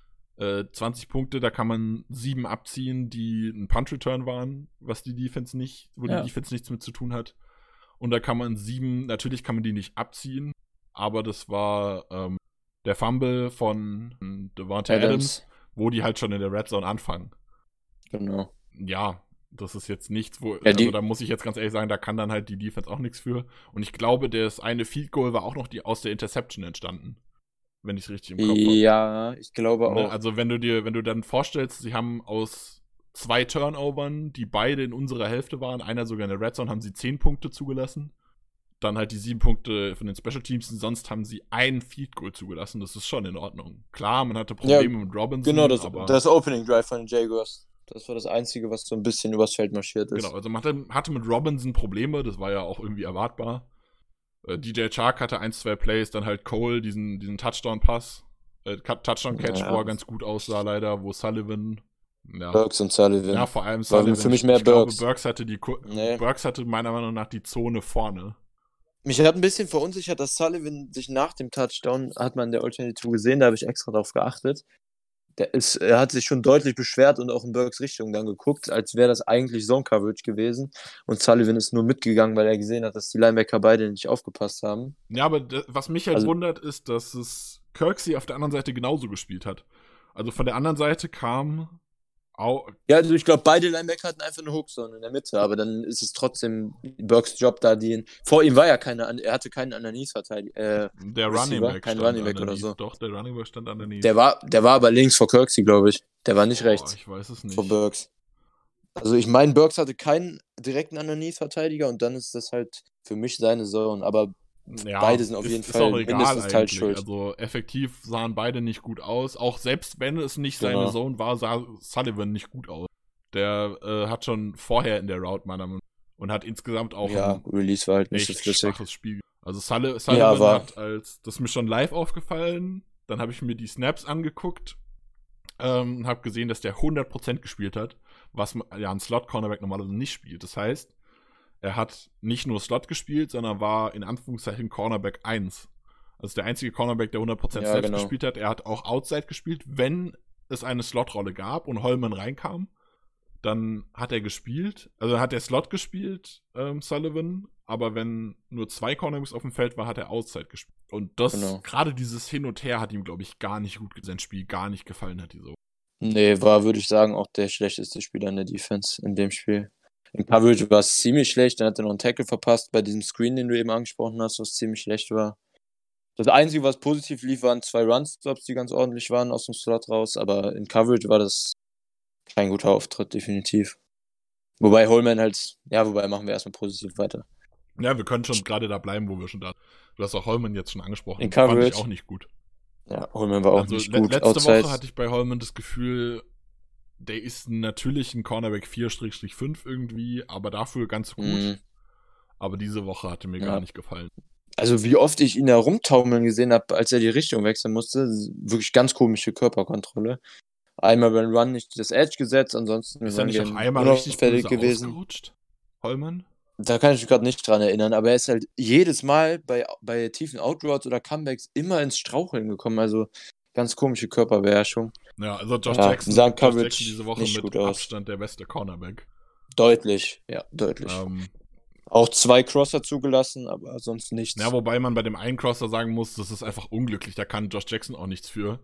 C: äh, zwanzig Punkte, da kann man sieben abziehen, die ein Punt-Return waren, was die Defense nicht, wo
D: Ja.
C: die Defense nichts mit zu tun hat. Und da kann man sieben, natürlich kann man die nicht abziehen, aber das war ähm, der Fumble von Devontae Adams.
D: Adams.
C: wo die halt schon in der Red Zone anfangen.
D: Genau.
C: Ja, das ist jetzt nichts, wo,
D: Ja, die-
C: also da muss ich jetzt ganz ehrlich sagen, da kann dann halt die Defense auch nichts für. Und ich glaube, das eine Field Goal war auch noch die aus der Interception entstanden. Wenn ich es richtig im Kopf habe.
D: Ja, ich glaube
C: Ne?
D: auch.
C: Also wenn du dir, wenn du dann vorstellst, sie haben aus zwei Turnovern, die beide in unserer Hälfte waren, einer sogar in der Red Zone, haben sie zehn Punkte zugelassen. Dann halt die sieben Punkte von den Special Teams, und sonst haben sie ein Field Goal zugelassen. Das ist schon in Ordnung. Klar, man hatte Probleme mit Robinson,
D: Genau, das,
C: aber
D: das Opening Drive von den Jaguars. Das war das Einzige, was so ein bisschen übers Feld marschiert ist.
C: genau, also man hatte, hatte mit Robinson Probleme, das war ja auch irgendwie erwartbar. Äh, D J Chark hatte ein, zwei Plays, dann halt Cole, diesen, diesen Touchdown-Pass, äh, Touchdown-Catch,
D: Ja.
C: wo er ganz gut aussah leider, wo Sullivan, ja,
D: Burks und Sullivan.
C: ja vor allem
D: War
C: Sullivan.
D: für mich
C: ich,
D: mehr
C: ich glaube,
D: Burks.
C: Burks hatte die, Ku-
D: Nee.
C: Burks hatte meiner Meinung nach die Zone vorne.
D: Mich hat ein bisschen verunsichert, dass Sullivan sich nach dem Touchdown, hat man in der Alternate zwei gesehen, da habe ich extra drauf geachtet. Der ist, er hat sich schon deutlich beschwert und auch in Burks Richtung dann geguckt, als wäre das eigentlich Zone-Coverage gewesen. Und Sullivan ist nur mitgegangen, weil er gesehen hat, dass die Linebacker beide nicht aufgepasst haben.
C: Ja, aber d- was mich halt
D: Also-
C: wundert, ist, dass es Kirksey auf der anderen Seite genauso gespielt hat. Also von der anderen Seite kam au-
D: Ja, also ich glaube, beide Linebacker hatten einfach eine Hookzone in der Mitte, aber dann ist es trotzdem Burks Job da, die vor ihm war ja keine, er hatte keinen Underneath-Verteidiger. Äh,
C: der
D: Receiver,
C: Running Back
D: kein
C: stand
D: Running Back oder
C: underneath.
D: so.
C: Doch, der Running Back stand underneath.
D: der war, der war aber links vor Kirksey, glaube ich. Der war nicht
C: Boah,
D: rechts
C: ich weiß es nicht.
D: vor Burks. Also ich meine, Burks hatte keinen direkten Underneath-Verteidiger und dann ist das halt für mich seine Zone, aber
C: Ja,
D: beide sind auf
C: ist-
D: jeden
C: ist
D: Fall
C: auch egal
D: mindestens
C: eigentlich.
D: teilschuld.
C: Also effektiv sahen beide nicht gut aus. Auch selbst wenn es nicht seine
D: Genau.
C: Zone war, sah Sullivan nicht gut aus. Der äh, hat schon vorher in der Route meiner Meinung nach und hat insgesamt auch
D: Ja,
C: ein
D: Release war halt nicht so
C: echt
D: flüssig.
C: schwaches Spiel. Also Sulli- Sullivan
D: war-
C: hat als, das ist mir schon live aufgefallen, dann habe ich mir die Snaps angeguckt ähm, und habe gesehen, dass der hundert Prozent gespielt hat, was ma- ja ein Slot-Cornerback normalerweise nicht spielt. Das heißt, er hat nicht nur Slot gespielt, sondern war in Anführungszeichen Cornerback eins. Also der einzige Cornerback, der hundert Prozent
D: Ja,
C: Snaps
D: genau.
C: gespielt hat. Er hat auch Outside gespielt, wenn es eine Slot-Rolle gab und Holman reinkam. Dann hat er gespielt, also hat er Slot gespielt, ähm, Sullivan, aber wenn nur zwei Cornerbacks auf dem Feld war, hat er Outside gespielt. Und das,
D: Genau.
C: gerade dieses Hin und Her hat ihm, glaube ich, gar nicht gut, sein Spiel gar nicht gefallen hat, diese.
D: Nee, war, würde ich sagen, auch der schlechteste Spieler in der Defense in dem Spiel. In Coverage war es ziemlich schlecht, dann hat er noch einen Tackle verpasst bei diesem Screen, den du eben angesprochen hast, was ziemlich schlecht war. Das Einzige, was positiv lief, waren zwei Run-Stops, die ganz ordentlich waren aus dem Slot raus, aber in Coverage war das kein guter Auftritt, definitiv. Wobei Holman halt, ja, wobei machen wir erstmal positiv weiter.
C: Ja, wir können schon gerade da bleiben, wo wir schon da. Du hast auch Holman jetzt schon angesprochen.
D: In
C: Fand ich
D: Coverage.
C: auch nicht gut.
D: Ja, Holman war auch
C: Also
D: nicht
C: le-
D: gut.
C: letzte
D: Outside.
C: Woche hatte ich bei Holman das Gefühl, der ist natürlich ein Cornerback vier fünf irgendwie, aber dafür ganz gut.
D: Mhm.
C: Aber diese Woche hatte mir
D: Ja.
C: gar nicht gefallen.
D: Also wie oft ich ihn da rumtaumeln gesehen habe, als er die Richtung wechseln musste, wirklich ganz komische Körperkontrolle. Einmal beim Run nicht das Edge gesetzt, ansonsten
C: Ist er nicht
D: Run
C: auch
D: Game
C: einmal richtig
D: unauffällig
C: böse
D: gewesen.
C: ausgerutscht? Holman?
D: Da kann ich mich gerade nicht dran erinnern, aber er ist halt jedes Mal bei, bei tiefen Outroutes oder Comebacks immer ins Straucheln gekommen, also ganz komische Körperbeherrschung.
C: Ja, also Josh
D: Ja,
C: Jackson,
D: sah
C: Josh
D: Coverage
C: Jackson diese Woche
D: nicht
C: mit
D: gut aus.
C: Abstand der beste Cornerback.
D: Deutlich, ja, deutlich.
C: Ähm,
D: Auch zwei Crosser zugelassen, aber sonst nichts.
C: ja, wobei man bei dem einen Crosser sagen muss, das ist einfach unglücklich. Da kann Josh Jackson auch nichts für.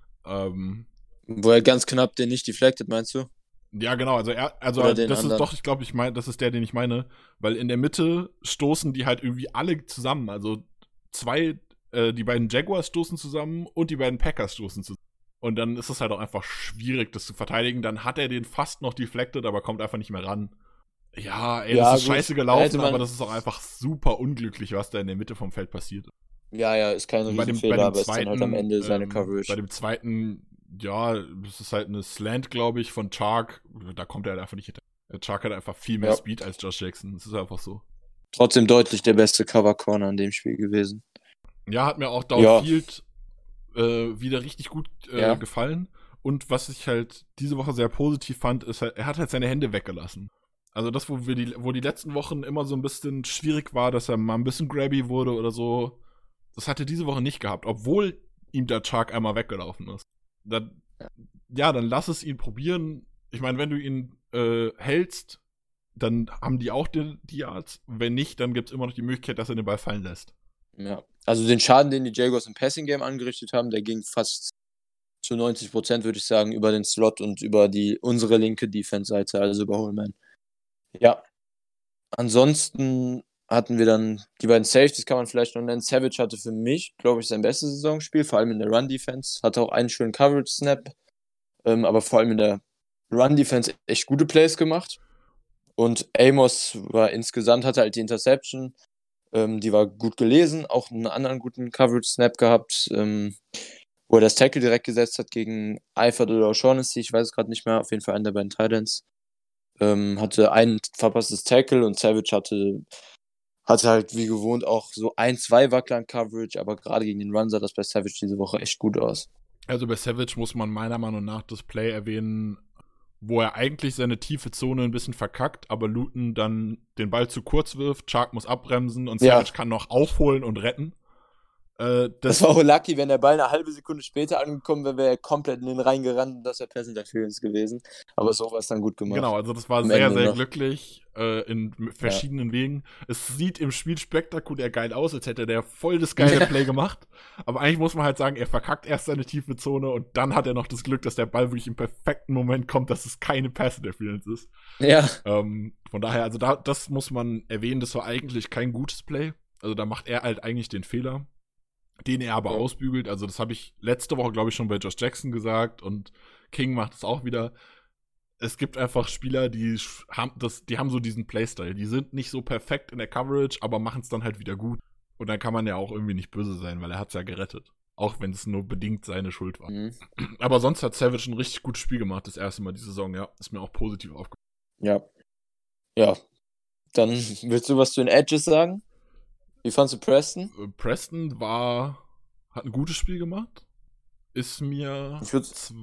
C: Ähm,
D: Wo er ganz knapp den nicht deflected, meinst du?
C: Ja, genau, also er, also
D: Oder
C: das
D: den
C: ist
D: anderen.
C: doch, ich glaube, ich meine, das ist der, den ich meine, weil in der Mitte stoßen die halt irgendwie alle zusammen, also zwei, äh, die beiden Jaguars stoßen zusammen und die beiden Packers stoßen zusammen. Und dann ist es halt auch einfach schwierig, das zu verteidigen. Dann hat er den fast noch deflected, aber kommt einfach nicht mehr ran. Ja, ey,
D: Ja,
C: das ist
D: gut.
C: scheiße
D: Da
C: gelaufen,
D: hätte man-
C: aber das ist auch einfach super unglücklich, was da in der Mitte vom Feld passiert.
D: Ja, ja, ist kein
C: Und bei dem, bei
D: Riesenfehler,
C: dem
D: aber ist dann
C: zweiten,
D: halt am Ende seine
C: ähm,
D: Coverage.
C: bei dem zweiten, ja, es ist halt eine Slant, glaube ich, von Chark. Da kommt er halt einfach nicht hinter. Der Chark hat einfach viel mehr
D: Ja.
C: Speed als Josh Jackson. Das ist einfach so.
D: Trotzdem deutlich der beste Cover-Corner in dem Spiel gewesen.
C: Ja, hat mir auch
D: Ja.
C: Downfield äh, wieder richtig gut äh,
D: Ja.
C: gefallen. Und was ich halt diese Woche sehr positiv fand, ist halt, er hat halt seine Hände weggelassen. Also das, wo wir die, wo die letzten Wochen immer so ein bisschen schwierig war, dass er mal ein bisschen grabby wurde oder so, das hat er diese Woche nicht gehabt, obwohl ihm der Chark einmal weggelaufen ist. Dann, ja, dann lass es ihn probieren. Ich meine, wenn du ihn äh, hältst, dann haben die auch die, die Yards. Wenn nicht, dann gibt es immer noch die Möglichkeit, dass er den Ball fallen lässt.
D: Ja. Also den Schaden, den die Jaguars im Passing-Game angerichtet haben, der ging fast zu neunzig Prozent, würde ich sagen, über den Slot und über die unsere linke Defense-Seite, also über Holman. Ja. Ansonsten hatten wir dann die beiden Safeties, kann man vielleicht noch nennen. Savage hatte für mich, glaube ich, sein bestes Saisonspiel, vor allem in der Run-Defense. Hatte auch einen schönen Coverage-Snap, ähm, aber vor allem in der Run-Defense echt gute Plays gemacht. Und Amos war insgesamt, hatte halt die Interception, ähm, die war gut gelesen, auch einen anderen guten Coverage-Snap gehabt, ähm, wo er das Tackle direkt gesetzt hat gegen Eifert oder O'Shaughnessy, ich weiß es gerade nicht mehr, auf jeden Fall einen der beiden Titans. Ähm, hatte ein verpasstes Tackle und Savage hatte, hatte halt wie gewohnt auch so ein, zwei Wackler an Coverage, aber gerade gegen den Run sah das bei Savage diese Woche echt gut aus.
C: Also bei Savage muss man meiner Meinung nach das Play erwähnen, wo er eigentlich seine tiefe Zone ein bisschen verkackt, aber Luton dann den Ball zu kurz wirft, Chark muss abbremsen und
D: Ja.
C: Savage kann noch aufholen und retten. Äh,
D: Das
C: das,
D: war auch lucky, wenn der Ball eine halbe Sekunde später angekommen wäre, wäre er komplett in den Rhein gerannt und das wäre Pass Interference gewesen. Aber so war es dann gut gemacht.
C: genau, also das war
D: Am
C: sehr,
D: Ende
C: sehr
D: noch.
C: glücklich äh, in verschiedenen Wegen. Es sieht im Spiel spektakulär geil aus, als hätte der voll das geile
D: Ja.
C: Play gemacht. Aber eigentlich muss man halt sagen, er verkackt erst seine tiefe Zone und dann hat er noch das Glück, dass der Ball wirklich im perfekten Moment kommt, dass es keine Pass Interference ist.
D: Ja,
C: Ähm, von daher, also da, das muss man erwähnen, das war eigentlich kein gutes Play. Also da macht er halt eigentlich den Fehler, den er aber
D: Ja.
C: ausbügelt. Also das habe ich letzte Woche, glaube ich, schon bei Josh Jackson gesagt und King macht es auch wieder. Es gibt einfach Spieler, die sch- haben das, die haben so diesen Playstyle. Die sind nicht so perfekt in der Coverage, aber machen es dann halt wieder gut. Und dann kann man ja auch irgendwie nicht böse sein, weil er hat es ja gerettet. Auch wenn es nur bedingt seine Schuld war.
D: mhm.
C: Aber sonst hat Savage ein richtig gutes Spiel gemacht, das erste Mal diese Saison, ja. Ist mir auch positiv aufgefallen.
D: ja. Ja. Dann willst du was zu den Edges sagen? Wie fandst du Preston?
C: Äh, Preston war, hat ein gutes Spiel gemacht. Ist mir
D: Ich würd-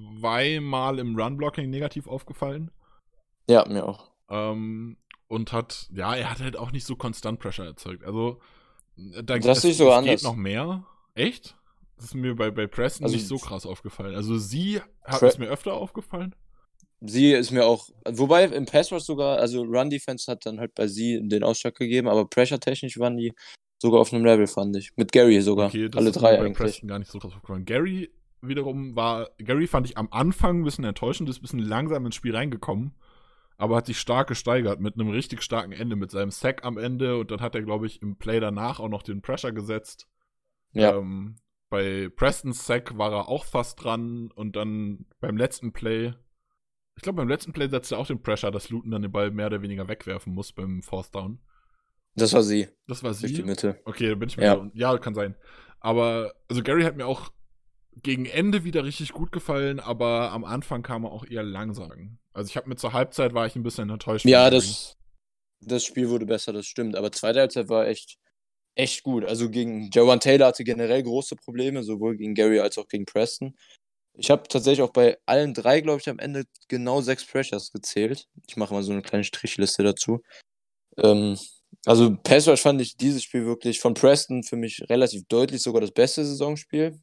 C: zweimal im Run-Blocking negativ aufgefallen.
D: Ja, mir auch.
C: Ähm, und hat, ja, er hat halt auch nicht so konstant Pressure erzeugt. Also, äh, da
D: Das
C: es,
D: sehe ich sogar
C: es geht
D: anders.
C: noch mehr. Echt? Das ist mir bei, bei Preston
D: Also-
C: nicht so krass aufgefallen. Also, sie hat
D: Pre-
C: es mir öfter aufgefallen.
D: Sie ist mir auch, wobei im Pass Rush sogar, also Run Defense hat dann halt bei sie den Ausschlag gegeben, aber Pressure-technisch waren die sogar auf einem Level, fand ich. Mit Gary sogar.
C: Okay, das
D: Alle
C: ist
D: drei
C: mir bei
D: eigentlich.
C: Preston gar nicht so krass aufgefallen. Gary wiederum war, Gary fand ich am Anfang ein bisschen enttäuschend, ist ein bisschen langsam ins Spiel reingekommen, aber hat sich stark gesteigert mit einem richtig starken Ende, mit seinem Sack am Ende und dann hat er, glaube ich, im Play danach auch noch den Pressure gesetzt.
D: Ja.
C: Ähm, bei Prestons Sack war er auch fast dran und dann beim letzten Play, ich glaube, beim letzten Play setzte er auch den Pressure, dass Luton dann den Ball mehr oder weniger wegwerfen muss beim Fourth Down.
D: Das war sie,
C: Das war
D: durch die
C: sie.
D: Mitte.
C: Okay, da bin ich mir
D: Ja.
C: ja. ja, kann sein. Aber, also Gary hat mir auch gegen Ende wieder richtig gut gefallen, aber am Anfang kam er auch eher langsam. Also ich habe mir zur Halbzeit war ich ein bisschen enttäuscht.
D: Ja,
C: von Gary.
D: das, das Spiel wurde besser, das stimmt. Aber zweite Halbzeit war echt, echt gut. Also gegen Jawan Taylor hatte generell große Probleme, sowohl gegen Gary als auch gegen Preston. Ich habe tatsächlich auch bei allen drei, glaube ich, am Ende genau sechs Pressures gezählt. Ich mache mal so eine kleine Strichliste dazu. Ähm, also Pass Rush fand ich dieses Spiel wirklich von Preston für mich relativ deutlich sogar das beste Saisonspiel.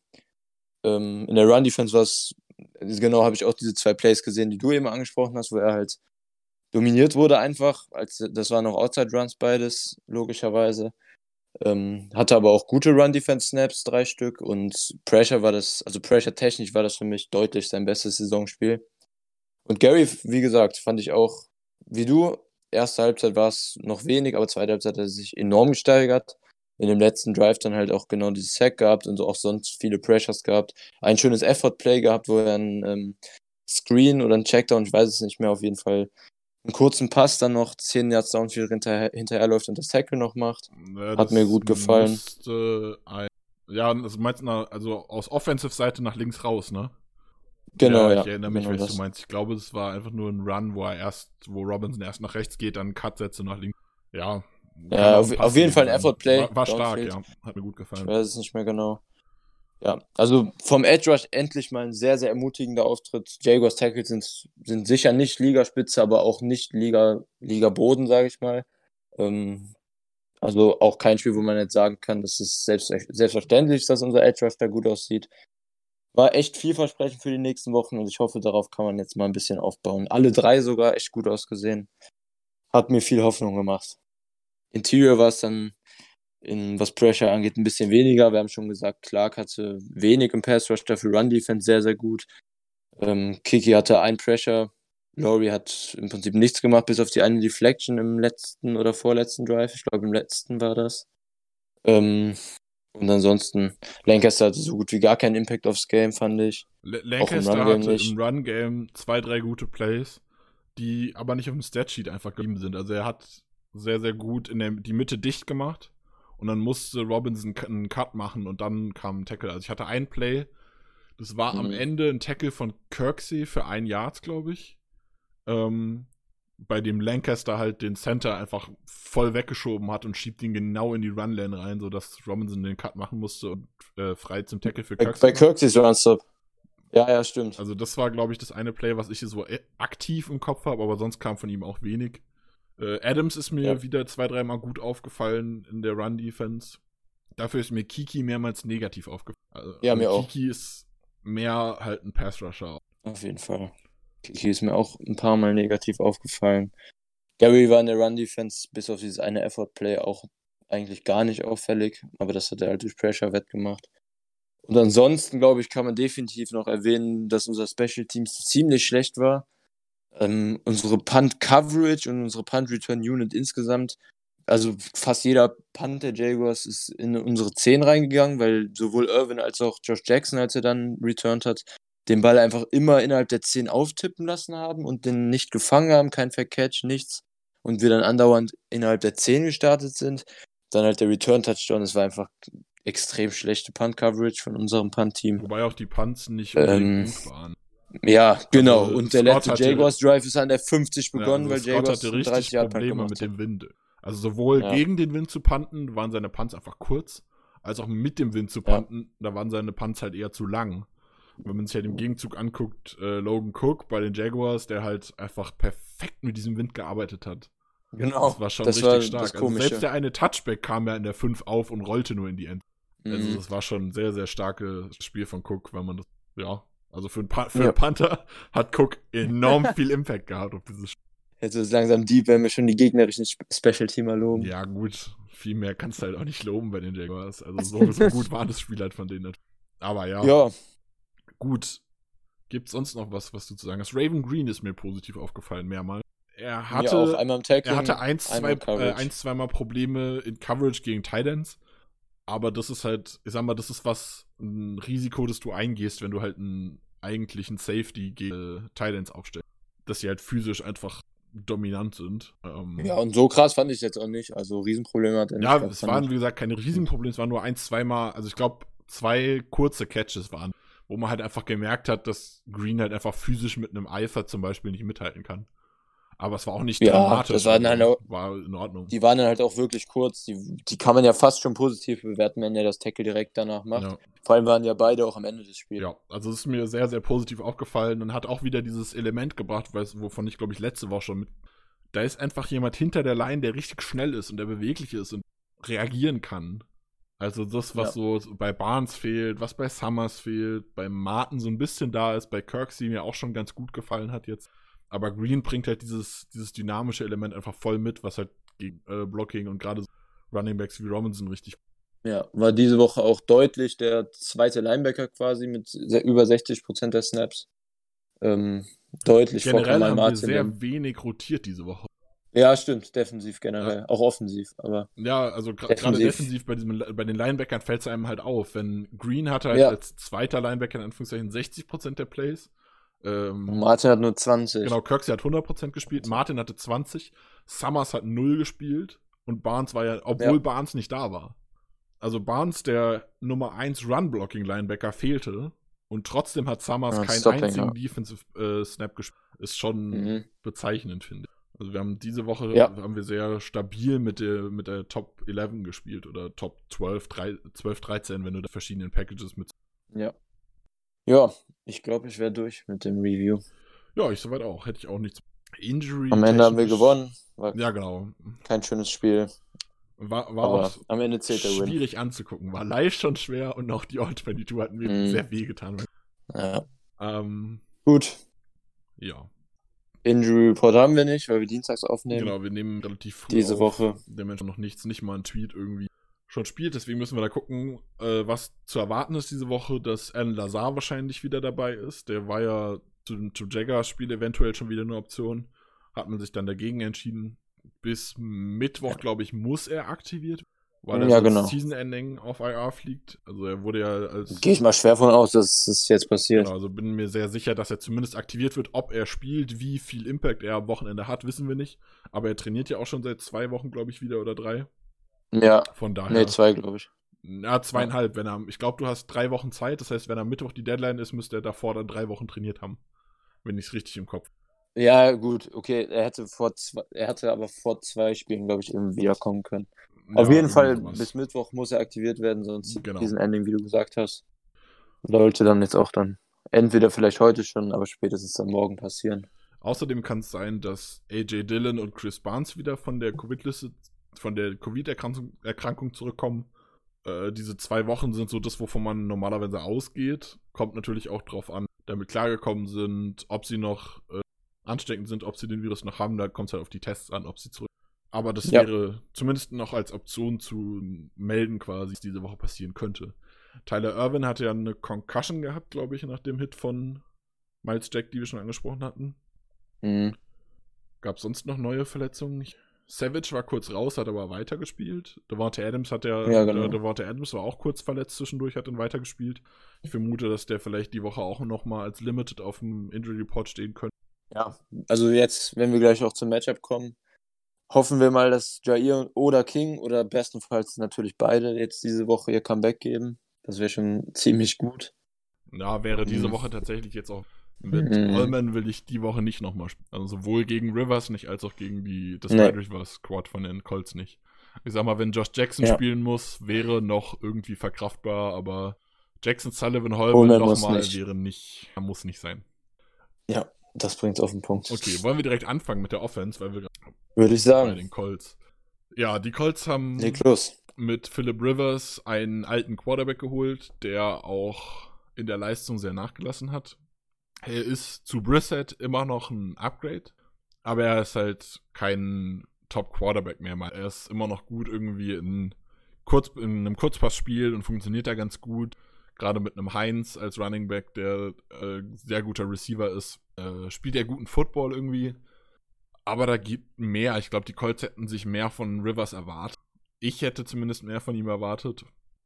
D: Ähm, in der Run Defense war es, genau, habe ich auch diese zwei Plays gesehen, die du eben angesprochen hast, wo er halt dominiert wurde einfach. Als, das waren noch Outside Runs beides, logischerweise. Ähm, hatte aber auch gute Run-Defense-Snaps, drei Stück. Und Pressure war das, also Pressure-technisch war das für mich deutlich sein bestes Saisonspiel. Und Gary, wie gesagt, fand ich auch, wie du, erste Halbzeit war es noch wenig, aber zweite Halbzeit hat er sich enorm gesteigert. in dem letzten Drive dann halt auch genau dieses Sack gehabt und auch sonst viele Pressures gehabt. Ein schönes Effort-Play gehabt, wo er einen ähm, Screen oder einen Checkdown, ich weiß es nicht mehr, auf jeden Fall einen kurzen Pass dann noch zehn Yards Downfield hinterher, hinterherläuft und das Tackle noch macht.
C: Ja,
D: Hat mir gut gefallen.
C: Musste ein, ja, also meinst du, also aus Offensive-Seite nach links raus, ne?
D: Genau, ja.
C: ja. Ich erinnere mich,
D: genau
C: was
D: das.
C: du meinst. Ich glaube, es war einfach nur ein Run, wo er erst, wo Robinson erst nach rechts geht, dann einen Cut setzt und nach links. Ja,
D: Ja, auf, auf jeden Fall ein Effort-Play.
C: War, war stark,
D: Downfield.
C: ja. Hat mir gut gefallen.
D: Ich weiß es nicht mehr genau. Ja, also vom Edge Rush endlich mal ein sehr, sehr ermutigender Auftritt. Jaguars Tackles sind, sind sicher nicht Ligaspitze, aber auch nicht Liga, Liga-Boden, sage ich mal. Ähm, also auch kein Spiel, wo man jetzt sagen kann, dass es selbst, selbstverständlich ist, dass unser Edge Rush da gut aussieht. War echt vielversprechend für die nächsten Wochen und ich hoffe, darauf kann man jetzt mal ein bisschen aufbauen. Alle drei sogar echt gut ausgesehen. Hat mir viel Hoffnung gemacht. Interior war es dann, in, was Pressure angeht, ein bisschen weniger. Wir haben schon gesagt, Clark hatte wenig im Pass Rush, dafür Run Defense sehr, sehr gut. Ähm, Kiki hatte ein Pressure. Laurie hat im Prinzip nichts gemacht, bis auf die eine Deflection im letzten oder vorletzten Drive. Ich glaube, im letzten war das. Ähm, und ansonsten, Lancaster hatte so gut wie gar keinen Impact aufs Game, fand ich.
C: L- Lancaster
D: Run-Game
C: hatte
D: nicht.
C: im Run-Game zwei, drei gute Plays, die aber nicht auf dem Statsheet einfach geblieben sind. Also er hat sehr, sehr gut in der, die Mitte dicht gemacht und dann musste Robinson einen Cut machen und dann kam ein Tackle. Also ich hatte ein Play, das war
D: Mhm.
C: am Ende ein Tackle von Kirksey für ein Yard, glaube ich. Ähm, bei dem Lancaster halt den Center einfach voll weggeschoben hat und schiebt ihn genau in die Run-Lane rein, sodass Robinson den Cut machen musste und äh, frei zum Tackle für
D: Bei,
C: Kirksey.
D: bei Kirksey's Run-Stop. Ja, ja, stimmt.
C: Also das war, glaube ich, das eine Play, was ich so aktiv im Kopf habe, aber sonst kam von ihm auch wenig. Äh, Adams ist mir
D: Ja.
C: wieder zwei, dreimal gut aufgefallen in der Run-Defense. Dafür ist mir Kiki mehrmals negativ aufgefallen. Also,
D: Ja,
C: also
D: mir auch.
C: Kiki ist mehr halt ein Pass-Rusher.
D: Auf jeden Fall. Kiki ist mir auch ein paar Mal negativ aufgefallen. Gary war in der Run-Defense bis auf dieses eine Effort-Play auch eigentlich gar nicht auffällig, aber das hat er halt durch Pressure wettgemacht. Und ansonsten, glaube ich, kann man definitiv noch erwähnen, dass unser Special Teams ziemlich schlecht war. Ähm, unsere Punt-Coverage und unsere Punt-Return-Unit insgesamt, also fast jeder Punt der Jaguars ist in unsere zehn reingegangen, weil sowohl Irvin als auch Josh Jackson, als er dann returned hat, den Ball einfach immer innerhalb der zehn auftippen lassen haben und den nicht gefangen haben, kein Fair-Catch, nichts. Und wir dann andauernd innerhalb der zehn gestartet sind. Dann halt der Return-Touchdown, das war einfach extrem schlechte Punt-Coverage von unserem Punt-Team.
C: Wobei auch die Punts nicht
D: Ähm,
C: unbedingt gut waren.
D: Ja, genau.
C: Also,
D: und der
C: Scott
D: letzte
C: hatte-
D: Jaguars-Drive ist an der fünfzig begonnen,
C: Ja, also
D: weil
C: Scott
D: Jaguars
C: hatte
D: einen
C: richtig
D: dreißig-Yard-Punt
C: Probleme
D: gemacht
C: mit
D: hat.
C: dem Wind. Also sowohl
D: Ja.
C: gegen den Wind zu punten, waren seine Punts einfach kurz, als auch mit dem Wind zu
D: Ja.
C: punten, da waren seine Punts halt eher zu lang. Und wenn man sich halt im Gegenzug anguckt, äh, Logan Cook bei den Jaguars, der halt einfach perfekt mit diesem Wind gearbeitet hat.
D: Genau.
C: Das war schon
D: das
C: richtig
D: war
C: stark.
D: Das
C: Also
D: Komische.
C: selbst der eine Touchback kam ja in der fünf auf und rollte nur in die End. Also
D: Mhm.
C: das war schon ein sehr, sehr starkes Spiel von Cook, wenn man das, ja, also für einen, pa- für
D: Ja.
C: einen Panther hat Cook enorm viel Impact gehabt auf dieses Spiel.
D: Jetzt ist es langsam deep, wenn wir schon die gegnerischen Sp- Special-Teamer loben.
C: Ja gut, viel mehr kannst du halt auch nicht loben bei den Jaguars. Also so, so gut war das Spiel halt von denen. Aber ja,
D: Ja,
C: gut. Gibt's sonst noch was, was du zu sagen hast? Raven Green ist mir positiv aufgefallen, mehrmal. Er
D: mir
C: hatte,
D: auch einmal im Tackling,
C: er hatte eins, zwei,
D: einmal
C: äh,
D: Coverage.
C: eins, zweimal Probleme in Coverage gegen Titans. Aber das ist halt, ich sag mal, das ist was, ein Risiko, das du eingehst, wenn du halt einen eigentlichen Safety gegen äh, Titans aufstellst. Dass sie halt physisch einfach dominant sind. Ähm,
D: Ja, und so krass fand ich es jetzt auch nicht. Also Riesenprobleme hat er nicht
C: ja,
D: gehabt,
C: es
D: fand
C: waren,
D: ich.
C: wie gesagt, keine Riesenprobleme, es waren nur ein, zweimal, also ich glaube, zwei kurze Catches waren, wo man halt einfach gemerkt hat, dass Green halt einfach physisch mit einem Eifer zum Beispiel nicht mithalten kann. Aber es war auch nicht
D: Ja,
C: dramatisch.
D: das war
C: also,
D: dann auch-
C: war in Ordnung.
D: Die waren dann halt auch wirklich kurz. Die, die kann man ja fast schon positiv bewerten, wenn er das Tackle direkt danach macht.
C: Ja.
D: Vor allem waren ja beide auch am Ende des Spiels.
C: Ja, also es ist mir sehr, sehr positiv aufgefallen und hat auch wieder dieses Element gebracht, weiß- wovon ich, glaube ich, letzte Woche schon mit. Da ist einfach jemand hinter der Line, der richtig schnell ist und der beweglich ist und reagieren kann. Also das, was so bei Barnes fehlt, was bei Summers fehlt, bei Martin so ein bisschen da ist, bei Kirksey mir auch schon ganz gut gefallen hat jetzt. Aber Green bringt halt dieses, dieses dynamische Element einfach voll mit, was halt gegen äh, Blocking und gerade so Runningbacks wie Robinson richtig.
D: Ja, war diese Woche auch deutlich der zweite Linebacker quasi mit se- über sechzig Prozent der Snaps. Ähm, deutlich vor
C: Generell
D: Kamal
C: haben wir
D: Martin.
C: sehr
D: der-
C: wenig rotiert diese Woche.
D: Ja, stimmt, defensiv generell, auch offensiv, aber
C: Ja, also gra- gerade
D: defensiv.
C: defensiv bei, diesem, bei den Linebackern fällt es einem halt auf. Wenn Green hatte halt
D: Ja.
C: als zweiter Linebacker in Anführungszeichen sechzig Prozent der Plays. Ähm,
D: Martin hat nur zwanzig.
C: genau, Kirksey hat hundert Prozent gespielt, Martin hatte zwanzig, Summers hat null gespielt und Barnes war ja, obwohl
D: Ja.
C: Barnes nicht da war. Also Barnes, der Nummer eins Run-Blocking-Linebacker, fehlte und trotzdem hat Summers
D: Ja,
C: keinen
D: Stopping,
C: einzigen
D: ja.
C: Defensive äh, Snap gespielt. Ist schon
D: Mhm.
C: bezeichnend, finde ich. Also wir haben diese Woche
D: Ja.
C: haben wir sehr stabil mit der, mit der Top elf gespielt oder Top zwölf, dreizehn, wenn du da verschiedenen Packages mit.
D: Ja. Ja, ich glaube, ich wäre durch mit dem Review.
C: Ja, ich soweit auch. Hätte ich auch nichts. Injury.
D: Am Ende haben wir
C: technisch-
D: gewonnen. War
C: Ja, genau.
D: kein schönes Spiel,
C: War, war
D: aber
C: auch
D: am Ende zählt der Win.
C: schwierig anzugucken. War live schon schwer und auch die All zweiundzwanzig hatten mir
D: Mhm.
C: sehr wehgetan.
D: Ja.
C: Ähm,
D: Gut.
C: ja,
D: Injury Report haben wir nicht, weil wir dienstags aufnehmen.
C: genau. Wir nehmen relativ früh
D: Diese
C: auf.
D: Woche.
C: Der Mensch noch nichts, nicht mal ein Tweet irgendwie schon spielt. Deswegen müssen wir da gucken, äh, was zu erwarten ist diese Woche, dass Alan Lazar wahrscheinlich wieder dabei ist. Der war ja zu, zu Jaguars-Spiel eventuell schon wieder eine Option. Hat man sich dann dagegen entschieden. Bis Mittwoch, glaube ich, muss er aktiviert, weil er
D: Ja,
C: sonst
D: genau.
C: Season-Ending auf I R fliegt. Also er wurde ja als...
D: Gehe ich mal schwer von aus, dass es jetzt passiert.
C: Genau, also bin mir sehr sicher, dass er zumindest aktiviert wird. Ob er spielt, wie viel Impact er am Wochenende hat, wissen wir nicht. Aber er trainiert ja auch schon seit zwei Wochen, glaube ich, wieder oder drei.
D: Ja,
C: Von daher...
D: nee, zwei, glaube ich.
C: Ja, zweieinhalb. Wenn er, ich glaube, du hast drei Wochen Zeit. Das heißt, wenn am Mittwoch die Deadline ist, müsste er davor dann drei Wochen trainiert haben. Wenn ich es richtig im Kopf.
D: Ja, gut, okay. Er hätte vor zwei, er hätte aber vor zwei Spielen, glaube ich, eben wiederkommen können. Auf
C: Ja,
D: jeden Fall,
C: irgendwie sowas.
D: bis Mittwoch muss er aktiviert werden, sonst
C: Genau.
D: diesen Ending, wie du gesagt hast. Sollte dann jetzt auch dann entweder vielleicht heute schon, aber spätestens dann morgen passieren.
C: Außerdem kann es sein, dass A J Dillon und Chris Barnes wieder von der Covid-Liste, von der Covid-Erkrankung Erkrankung zurückkommen. Äh, diese zwei Wochen sind so das, wovon man normalerweise ausgeht. Kommt natürlich auch drauf an, damit klargekommen sind, ob sie noch äh, ansteckend sind, ob sie den Virus noch haben. Da kommt es halt auf die Tests an, ob sie zurück. Aber das
D: Ja.
C: wäre zumindest noch als Option zu melden, quasi, was diese Woche passieren könnte. Tyler Irvin hatte ja eine Concussion gehabt, glaube ich, nach dem Hit von Miles Jack, die wir schon angesprochen hatten.
D: Mhm.
C: Gab es sonst noch neue Verletzungen? Ich- Savage war kurz raus, hat aber weitergespielt. Devontae Adams hat ja,
D: Ja, genau.
C: äh, Devontae Adams war auch kurz verletzt zwischendurch, hat dann weitergespielt. Ich vermute, dass der vielleicht die Woche auch noch mal als Limited auf dem Injury Report stehen könnte.
D: Ja, also jetzt, wenn wir gleich auch zum Matchup kommen, hoffen wir mal, dass Jair oder King oder bestenfalls natürlich beide jetzt diese Woche ihr Comeback geben. Das wäre schon ziemlich gut.
C: Ja, wäre diese
D: Mhm.
C: Woche tatsächlich jetzt auch mit
D: Mhm.
C: Allman will ich die Woche nicht nochmal spielen. Also sowohl gegen Rivers nicht, als auch gegen die, das
D: Nee.
C: Wide Receiver Squad von den Colts nicht. Ich sag mal, wenn Josh Jackson
D: Ja.
C: spielen muss, wäre noch irgendwie verkraftbar, aber Jackson, Sullivan, Holman
D: Holman muss
C: nochmal
D: nicht.
C: wäre nicht, muss nicht sein.
D: Ja, das bringt's auf den Punkt.
C: Okay, wollen wir direkt anfangen mit der Offense, weil wir
D: Würde ich
C: bei
D: sagen.
C: den Colts. Ja, die Colts haben
D: Leg los.
C: mit Phillip Rivers einen alten Quarterback geholt, der auch in der Leistung sehr nachgelassen hat. Er ist zu Brissett immer noch ein Upgrade, aber er ist halt kein Top-Quarterback mehr. Er ist immer noch gut irgendwie in, Kurz, in einem Kurzpassspiel und funktioniert da ganz gut. Gerade mit einem Heinz als Running Back, der äh, sehr guter Receiver ist, äh, spielt er guten Football irgendwie. Aber da gibt mehr. Ich glaube, die Colts hätten sich mehr von Rivers erwartet. Ich hätte zumindest mehr von ihm erwartet.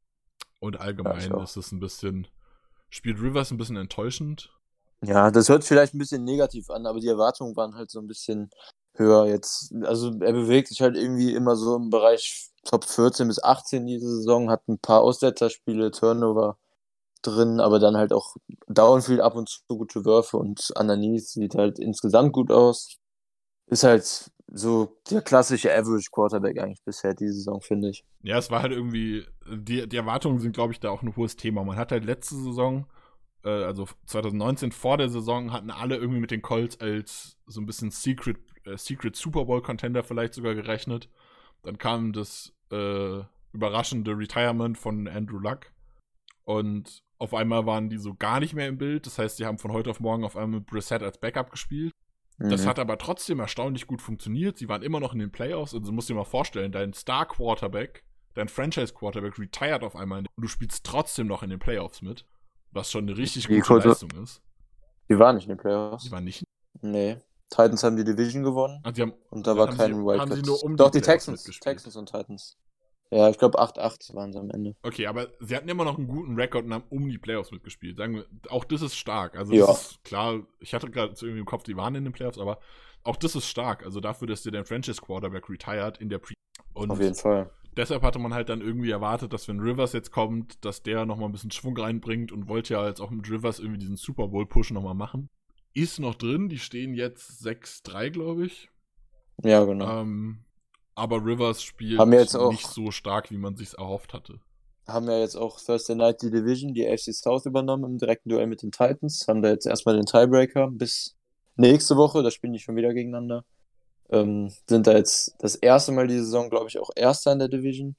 C: Und allgemein
D: Ja, ich auch.
C: ist es ein bisschen, spielt Rivers ein bisschen enttäuschend.
D: Ja, das hört vielleicht ein bisschen negativ an, aber die Erwartungen waren halt so ein bisschen höher jetzt. Also er bewegt sich halt irgendwie immer so im Bereich Top vierzehn bis achtzehn diese Saison, hat ein paar Aussetzerspiele, Turnover drin, aber dann halt auch Downfield ab und zu gute Würfe und Ananis sieht halt insgesamt gut aus. Ist halt so der klassische Average Quarterback eigentlich bisher diese Saison, finde ich.
C: Ja, es war halt irgendwie, die, die Erwartungen sind, glaube ich, da auch ein hohes Thema. Man hat halt letzte Saison, äh, also zwanzig neunzehn vor der Saison, hatten alle irgendwie mit den Colts als so ein bisschen Secret, äh, Secret Super Bowl Contender vielleicht sogar gerechnet. Dann kam das äh, überraschende Retirement von Andrew Luck und auf einmal waren die so gar nicht mehr im Bild. Das heißt, die haben von heute auf morgen auf einmal Brissett als Backup gespielt. Das
D: Mhm.
C: hat aber trotzdem erstaunlich gut funktioniert. Sie waren immer noch in den Playoffs. Also du musst dir mal vorstellen, dein Star-Quarterback, dein Franchise-Quarterback retired auf einmal und du spielst trotzdem noch in den Playoffs mit. Was schon eine richtig
D: Wie
C: gute
D: konnte-
C: Leistung ist.
D: Die waren nicht in den Playoffs.
C: Die waren nicht.
D: Nee. Titans haben die Division gewonnen.
C: Also die haben,
D: und da war
C: haben
D: kein
C: sie,
D: Wildcard.
C: haben sie nur um
D: Doch, die
C: Playoffs
D: Texans.
C: mitgespielt.
D: Texans und Titans. Ja, ich glaube acht acht waren sie am Ende.
C: Okay, aber sie hatten immer noch einen guten Rekord und haben um die Playoffs mitgespielt. Sagen wir, auch das ist stark. Also
D: Ja.
C: das ist klar, ich hatte gerade irgendwie im Kopf, die waren in den Playoffs, aber auch das ist stark. Also dafür, dass dir dein Franchise-Quarterback retired in der Pre- und
D: Auf jeden Fall.
C: deshalb hatte man halt dann irgendwie erwartet, dass wenn Rivers jetzt kommt, dass der nochmal ein bisschen Schwung reinbringt und wollte ja jetzt auch mit Rivers irgendwie diesen Super Bowl-Push nochmal machen. Ist noch drin, die stehen jetzt sechs drei, glaube ich.
D: Ja, genau.
C: Ähm, aber Rivers spielt
D: Haben wir jetzt auch-
C: nicht so stark, wie man sich erhofft hatte.
D: Haben ja jetzt auch Thursday Night die Division, die A F C South übernommen im direkten Duell mit den Titans. Haben da jetzt erstmal den Tiebreaker bis nächste Woche. Da spielen die schon wieder gegeneinander. Ähm, sind da jetzt das erste Mal die Saison, glaube ich, auch Erster in der Division.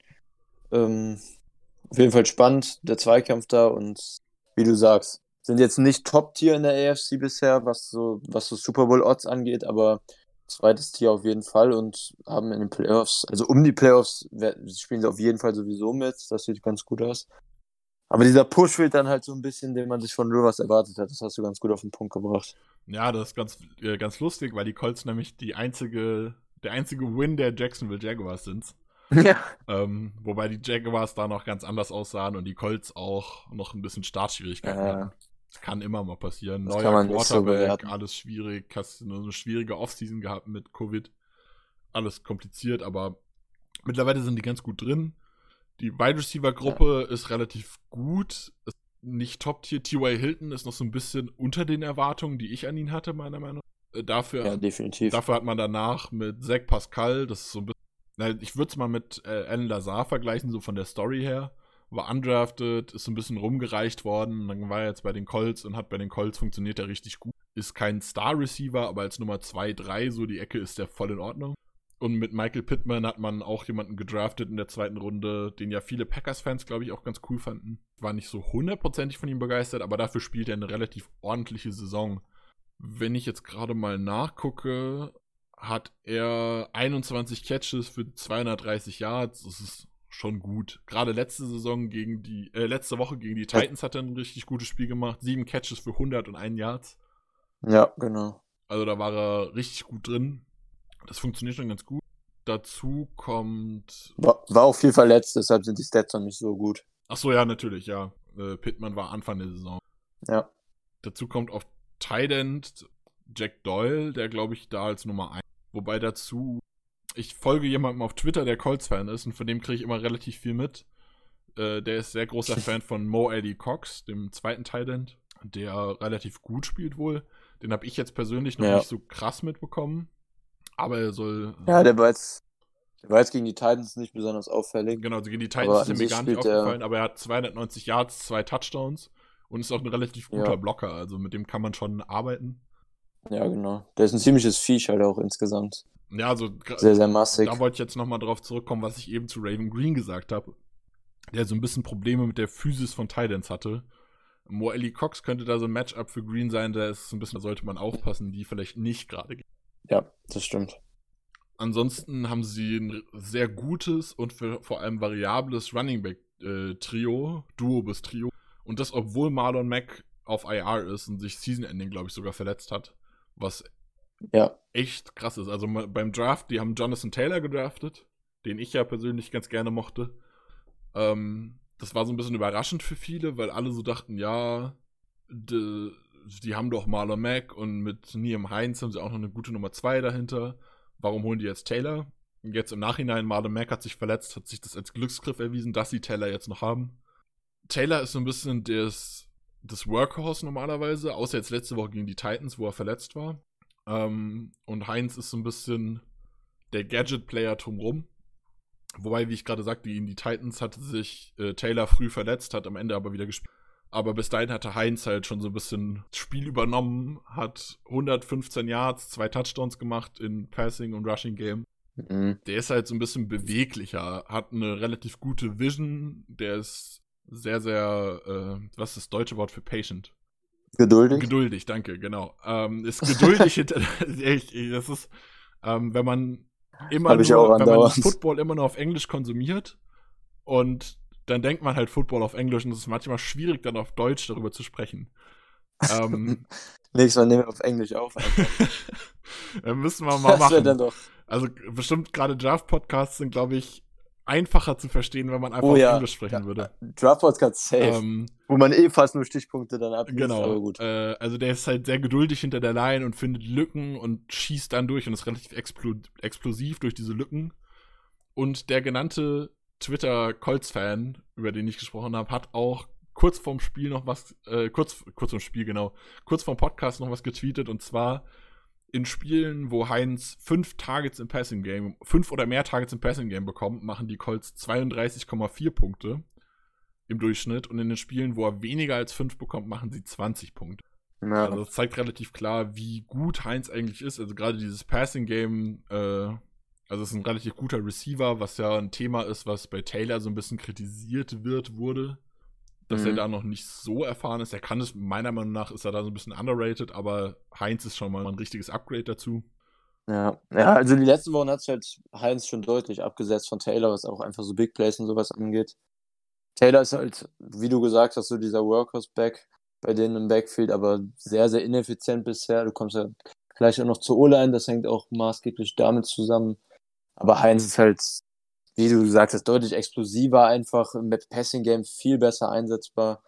D: Ähm, auf jeden Fall spannend, der Zweikampf da. Und wie du sagst, sind jetzt nicht Top-Tier in der A F C bisher, was so, was so Super Bowl-Odds angeht, aber zweites Tier auf jeden Fall und haben in den Playoffs, also um die Playoffs wer- spielen sie auf jeden Fall sowieso mit, das sieht ganz gut aus. Aber dieser Push fehlt dann halt so ein bisschen, den man sich von Rivers erwartet hat, das hast du ganz gut auf den Punkt gebracht.
C: Ja, das ist ganz, äh, ganz lustig, weil die Colts nämlich die einzige, der einzige Win der Jacksonville Jaguars sind.
D: Ja.
C: Ähm, wobei die Jaguars da noch ganz anders aussahen und die Colts auch noch ein bisschen Startschwierigkeiten
D: Ja.
C: hatten. Das kann immer mal passieren.
D: Das
C: Neuer
D: kann man nicht so
C: Quarterback,
D: bewerten.
C: alles schwierig. Hast nur eine schwierige Offseason gehabt mit Covid. Alles kompliziert, aber mittlerweile sind die ganz gut drin. Die Wide Receiver Gruppe ist relativ gut. Ist nicht Top-Tier. T Y. Hilton ist noch so ein bisschen unter den Erwartungen, die ich an ihn hatte, meiner Meinung nach. Äh, Dafür,
D: Ja, definitiv.
C: dafür hat man danach mit Zach Pascal, das ist so ein bisschen, na, ich würde es mal mit äh, Alan Lazar vergleichen, so von der Story her. War undrafted, ist so ein bisschen rumgereicht worden, dann war er jetzt bei den Colts und hat bei den Colts funktioniert er richtig gut. Ist kein Star-Receiver, aber als Nummer zwei drei, so die Ecke, ist der voll in Ordnung. Und mit Michael Pittman hat man auch jemanden gedraftet in der zweiten Runde, den ja viele Packers-Fans, glaube ich, auch ganz cool fanden. War nicht so hundertprozentig von ihm begeistert, aber dafür spielt er eine relativ ordentliche Saison. Wenn ich jetzt gerade mal nachgucke, hat er einundzwanzig Catches für zweihundertdreißig Yards. Das ist schon gut. Gerade letzte Saison gegen die, äh, letzte Woche gegen die Titans hat er ein richtig gutes Spiel gemacht. Sieben Catches für hunderteins Yards.
D: Ja, genau.
C: Also da war er richtig gut drin. Das funktioniert schon ganz gut. Dazu kommt...
D: War, war auch viel verletzt, deshalb sind die Stats noch nicht so gut.
C: Ach so, ja, natürlich, ja. Äh, Pittman war Anfang der Saison.
D: Ja.
C: Dazu kommt auf Tight End Jack Doyle, der, glaube ich, da als Nummer eins. Wobei dazu... Ich folge jemandem auf Twitter, der Colts-Fan ist und von dem kriege ich immer relativ viel mit. Äh, der ist sehr großer Fan von Mo Alley Cox, dem zweiten Tight End, der relativ gut spielt wohl. Den habe ich jetzt persönlich noch
D: Ja.
C: nicht so krass mitbekommen. Aber er soll...
D: Ja, der war jetzt, der war jetzt gegen die Titans nicht besonders auffällig.
C: Genau, also gegen die
D: Aber
C: Titans ist
D: an
C: er mir
D: sich
C: gar nicht
D: spielt er-
C: aufgefallen, aber er hat zweihundertneunzig Yards, zwei Touchdowns und ist auch ein relativ guter
D: Ja.
C: Blocker. Also mit dem kann man schon arbeiten.
D: Ja, genau. Der ist ein ziemliches Viech halt auch insgesamt.
C: Ja, also gra-
D: Sehr, sehr massig.
C: da wollte ich jetzt nochmal drauf zurückkommen, was ich eben zu Raven Green gesagt habe. Der so ein bisschen Probleme mit der Physis von Titans hatte. Mo Alley Cox könnte da so ein Matchup für Green sein, da ist so ein bisschen, da sollte man aufpassen, die vielleicht nicht gerade.
D: Ja, das stimmt.
C: Ansonsten haben sie ein sehr gutes und für, vor allem variables Running Back äh, Trio, Duo bis Trio. Und das, obwohl Marlon Mack auf I R ist und sich Season Ending, glaube ich, sogar verletzt hat. Was
D: Ja,
C: echt krass ist. Also ma- beim Draft, die haben Jonathan Taylor gedraftet, den ich ja persönlich ganz gerne mochte. Ähm, das war so ein bisschen überraschend für viele, weil alle so dachten, ja, de, die haben doch Marlon Mack und mit Nyheim Hines haben sie auch noch eine gute Nummer zwei dahinter. Warum holen die jetzt Taylor? Und jetzt im Nachhinein, Marlon Mack hat sich verletzt, hat sich das als Glücksgriff erwiesen, dass sie Taylor jetzt noch haben. Taylor ist so ein bisschen das, das Workhorse normalerweise, außer jetzt letzte Woche gegen die Titans, wo er verletzt war. Ähm, und Heinz ist so ein bisschen der Gadget-Player drumrum. Wobei, wie ich gerade sagte, gegen die Titans hatte sich äh, Taylor früh verletzt, hat am Ende aber wieder gespielt. Aber bis dahin hatte Heinz halt schon so ein bisschen das Spiel übernommen, hat hundertfünfzehn Yards, zwei Touchdowns gemacht in Passing und Rushing Game.
D: mhm.
C: Der ist halt so ein bisschen beweglicher, hat eine relativ gute Vision, der ist sehr, sehr, äh, was ist das deutsche Wort für patient?
D: Geduldig.
C: Geduldig, danke, genau. Ähm, ist geduldig hinter, echt, das ist, ähm, wenn man immer
D: Hab ich
C: nur,
D: auch
C: wenn man
D: andauernd.
C: Football immer nur auf Englisch konsumiert und dann denkt man halt Football auf Englisch und es ist manchmal schwierig, dann auf Deutsch darüber zu sprechen. Ähm,
D: Nächstes Mal nehmen wir auf Englisch auf.
C: Dann müssen wir mal
D: Das wäre
C: machen.
D: dann doch.
C: Also bestimmt gerade Draft-Podcasts sind, glaube ich, einfacher zu verstehen, wenn man einfach
D: Oh
C: auf
D: ja.
C: Englisch sprechen würde.
D: Draft-Podcast safe.
C: Ähm,
D: Wo man eh fast nur Stichpunkte dann abliest,
C: genau.
D: aber gut.
C: Äh, also der ist halt sehr geduldig hinter der Line und findet Lücken und schießt dann durch und ist relativ explo- explosiv durch diese Lücken. Und der genannte Twitter-Colts-Fan, über den ich gesprochen habe, hat auch kurz vorm Spiel noch was, äh, kurz, kurz vorm Spiel, genau, kurz vorm Podcast noch was getweetet, und zwar in Spielen, wo Heinz fünf Targets im Passing Game, fünf oder mehr Targets im Passing Game bekommt, machen die Colts zweiunddreißig Komma vier Punkte im Durchschnitt, und in den Spielen, wo er weniger als fünf bekommt, machen sie zwanzig Punkte.
D: Ja.
C: Also das zeigt relativ klar, wie gut Heinz eigentlich ist. Also gerade dieses Passing Game, äh, also es ist ein relativ guter Receiver, was ja ein Thema ist, was bei Taylor so ein bisschen kritisiert wird, wurde. Dass
D: Mhm.
C: er da noch nicht so erfahren ist. Er kann es, meiner Meinung nach, ist er da so ein bisschen underrated, aber Heinz ist schon mal ein richtiges Upgrade dazu.
D: Ja. ja, also die letzten Wochen hat sich halt Heinz schon deutlich abgesetzt von Taylor, was auch einfach so Big Plays und sowas angeht. Taylor ist halt, wie du gesagt hast, so dieser Workhorse-Back bei denen im Backfield, aber sehr, sehr ineffizient bisher. Du kommst ja gleich auch noch zur O-Line, das hängt auch maßgeblich damit zusammen. Aber Heinz ist halt, wie du gesagt hast, deutlich explosiver, einfach im Passing-Game viel besser einsetzbar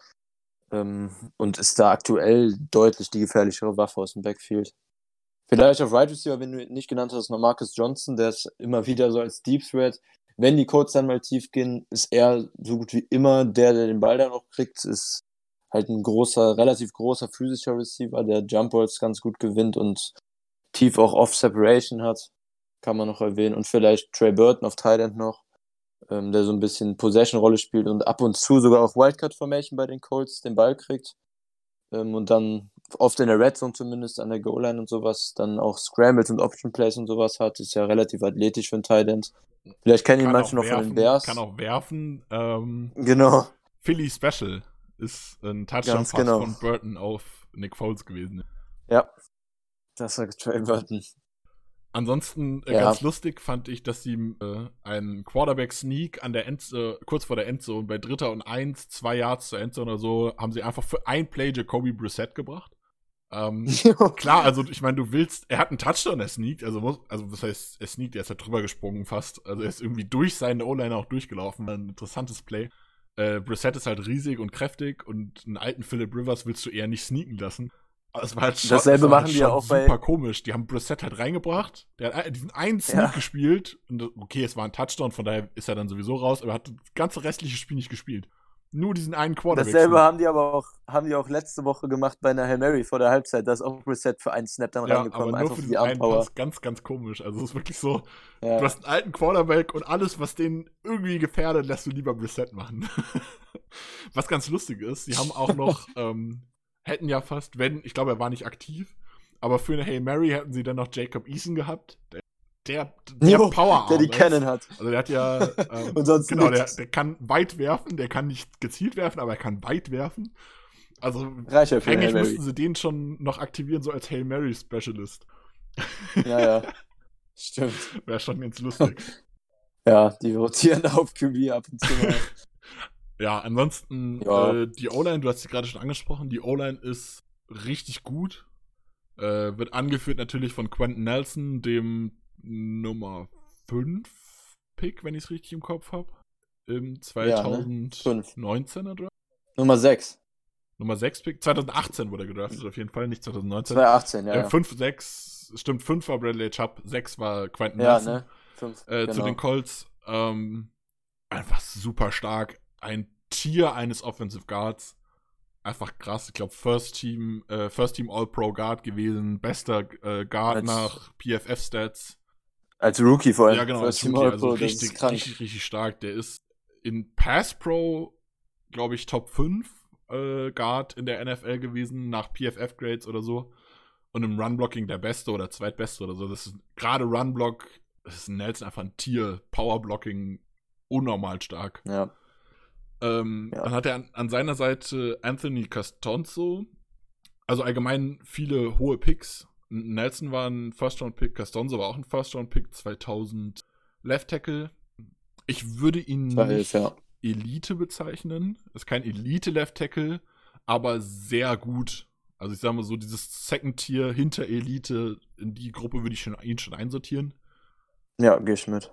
D: ähm, und ist da aktuell deutlich die gefährlichere Waffe aus dem Backfield. Vielleicht auf Right Receiver, wenn du ihn nicht genannt hast, noch Marcus Johnson, der ist immer wieder so als Deep Threat. Wenn die Codes dann mal tief gehen, ist er so gut wie immer der, der den Ball dann noch kriegt, ist halt ein großer, relativ großer physischer Receiver, der Jump Balls ganz gut gewinnt und tief auch Off-Separation hat. Kann man noch erwähnen. Und vielleicht Trey Burton auf Tight End noch, ähm, der so ein bisschen Possession-Rolle spielt und ab und zu sogar auch Wildcard-Formation bei den Colts den Ball kriegt. Ähm, und dann oft in der Red Zone zumindest an der Goal-Line und sowas, dann auch Scrambles und Option-Plays und sowas hat. Ist ja relativ athletisch für einen Tight End. Vielleicht kennen ihn
C: Kann
D: manche
C: auch
D: noch von
C: werfen,
D: den Bears.
C: Kann auch werfen. Ähm,
D: Genau.
C: Philly Special ist ein
D: Ganz
C: Touchdown-Pass
D: genau.
C: von Burton auf Nick Foles gewesen.
D: Ja. Das sagt Trey Burton.
C: Ansonsten äh,
D: Ja.
C: ganz lustig fand ich, dass sie äh, einen Quarterback-Sneak an der End äh, kurz vor der Endzone bei Dritter und Eins, zwei Yards zur Endzone oder so, haben sie einfach für ein Play Jacoby Brissett gebracht. Ähm, klar, also ich meine, du willst, er hat einen Touchdown, er sneakt, also muss, also was heißt, er sneakt, er ist halt drüber gesprungen fast, also er ist irgendwie durch seine O-Line auch durchgelaufen, ein interessantes Play. Äh, Brissett ist halt riesig und kräftig und einen alten Phillip Rivers willst du eher nicht sneaken lassen. Aber es war halt schon,
D: Dasselbe
C: es war
D: machen
C: halt
D: die ja
C: schon
D: auch bei-
C: super komisch. Die haben Brissett halt reingebracht, der hat diesen einen Sneak
D: Ja.
C: gespielt und okay, es war ein Touchdown, von daher ist er dann sowieso raus, aber er hat das ganze restliche Spiel nicht gespielt. Nur diesen einen Quarterback.
D: Dasselbe haben die aber auch, haben die auch letzte Woche gemacht bei einer Hail Mary vor der Halbzeit. Da ist auch Reset für einen Snap dann
C: Ja,
D: reingekommen,
C: aber nur
D: einfach
C: für
D: für
C: diesen
D: die
C: einen
D: Armpower.
C: Pass. Ganz, ganz komisch. Also es ist wirklich so,
D: Ja.
C: du hast einen alten Quarterback und alles, was den irgendwie gefährdet, lässt du lieber Brissett machen. Was ganz lustig ist, sie haben auch noch, ähm, hätten ja fast, wenn, ich glaube, er war nicht aktiv, aber für eine Hail Mary hätten sie dann noch Jacob Eason gehabt, der, der, der
D: Jo,
C: Powerarm
D: der die
C: ist.
D: Cannon hat.
C: Also der hat ja, ähm,
D: Und sonst
C: genau, der,
D: nichts.
C: der kann weit werfen, der kann nicht gezielt werfen, aber er kann weit werfen. Also
D: Reicht ja für eine
C: eigentlich
D: Hail
C: müssten
D: Mary.
C: sie den schon noch aktivieren, so als Hail Mary Specialist.
D: Ja, ja. Stimmt.
C: Wäre schon ganz lustig.
D: Ja, die rotieren auf Q B ab und zu mal.
C: Ja, ansonsten,
D: Ja.
C: äh, die O-Line, du hast sie gerade schon angesprochen, die O-Line ist richtig gut. Äh, wird angeführt natürlich von Quentin Nelson, dem Nummer fünf Pick, wenn ich es richtig im Kopf habe. Im zweitausendneunzehner Draft.
D: Nummer sechs.
C: Nummer sechs Pick. zweitausendachtzehn wurde er gedraftet, auf jeden Fall, nicht zweitausendneunzehn.
D: zwanzig achtzehn, ja.
C: Äh,
D: ja.
C: fünf, sechs, stimmt, fünf war Bradley Chubb, sechs war Quentin
D: Ja,
C: Nelson.
D: ne? Fünf.
C: Äh,
D: genau.
C: Zu den Colts. Ähm, einfach super stark. Ein Tier eines Offensive Guards. Einfach krass. Ich glaube, First Team, äh, First Team All-Pro Guard gewesen. Bester äh, Guard
D: Als-
C: nach P F F-Stats.
D: Als Rookie vor allem.
C: Ja, genau,
D: First
C: als
D: Team
C: Rookie. Also
D: All-Pro, das
C: richtig,
D: ist krank.
C: richtig, richtig stark. Der ist in Pass Pro, glaube ich, Top fünf äh, Guard in der N F L gewesen, nach P F F-Grades oder so. Und im Run-Blocking der Beste oder Zweitbeste oder so. Das ist gerade Run-Block, das ist ein Nelson einfach ein Tier. Power-Blocking unnormal stark.
D: Ja.
C: Ähm,
D: Ja.
C: Dann hat er an, an seiner Seite Anthony Castonzo. Also allgemein viele hohe Picks. N- Nelson war ein First-Round-Pick, Castonzo war auch ein First-Round-Pick, zweitausend Left Tackle. Ich würde ihn
D: zweitausendelf,
C: nicht
D: ja.
C: Elite bezeichnen. Ist kein Elite-Left Tackle, aber sehr gut Also ich sag mal so, dieses Second-Tier hinter Elite, in die Gruppe würde ich schon, ihn schon einsortieren.
D: Ja, gehe ich mit.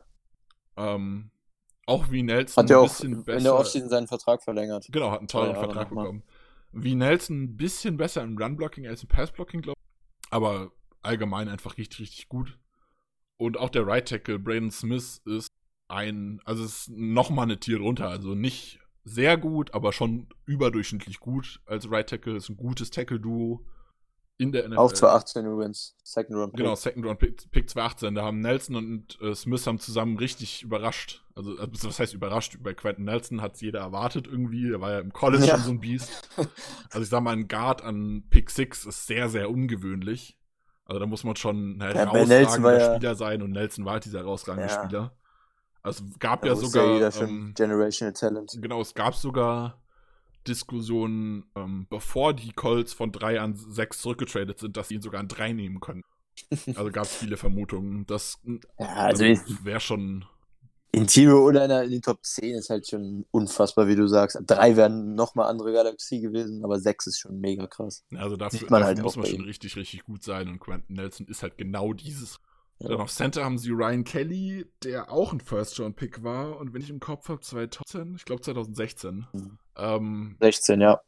C: Ähm, auch wie Nelson
D: Hat ja
C: ein
D: auch
C: bisschen
D: in
C: besser.
D: der Offseason seinen Vertrag verlängert.
C: Genau, hat einen teuren
D: Zwei Jahre
C: Vertrag
D: nochmal.
C: bekommen. Wie Nelson ein bisschen besser im Run-Blocking als im Pass-Blocking, glaube ich. Aber allgemein einfach richtig, richtig gut. Und auch der Right Tackle, Braden Smith, ist ein, also ist nochmal eine Tier drunter. Also nicht sehr gut, aber schon überdurchschnittlich gut als Right Tackle. Ist ein gutes Tackle-Duo in der N F L.
D: Auch zwanzig achtzehn übrigens. Second Round Pick.
C: Genau, Second Round Pick, Pick zwanzig achtzehn. Da haben Nelson und äh, Smith haben zusammen richtig überrascht. Also, also, was heißt überrascht? Bei Quentin Nelson hat es jeder erwartet irgendwie. Der war ja im College
D: Ja.
C: schon so ein Biest. Also ich sag mal, ein Guard an Pick sechs ist sehr, sehr ungewöhnlich. Also da muss man schon ein
D: Ja, bei Nelson war
C: herausragender
D: ja-
C: Spieler sein und Nelson war halt dieser herausragende
D: Ja.
C: Spieler. Also es gab
D: Da
C: ja
D: wusste
C: sogar,
D: ja jeder schon
C: ähm,
D: Generational Talent.
C: genau, es gab sogar Diskussionen, ähm, bevor die Colts von drei an sechs zurückgetradet sind, dass sie ihn sogar an drei nehmen können. Also gab es viele Vermutungen. Das,
D: Ja, also
C: also wäre schon,
D: Interior O-Liner in die Top zehn ist halt schon unfassbar, wie du sagst. Drei wären nochmal andere Galaxie gewesen, aber sechs ist schon mega krass.
C: also dafür,
D: Sieht man
C: dafür
D: halt
C: muss
D: auch
C: man
D: bei
C: schon
D: ihm.
C: richtig, richtig gut sein und Quentin Nelson ist halt genau dieses.
D: Ja.
C: Dann auf Center haben sie Ryan Kelly, der auch ein First-Round-Pick war und wenn ich im Kopf habe, zweitausend, ich glaube zwanzig sechzehn,
D: Mhm.
C: ähm,
D: sechzehn, ja.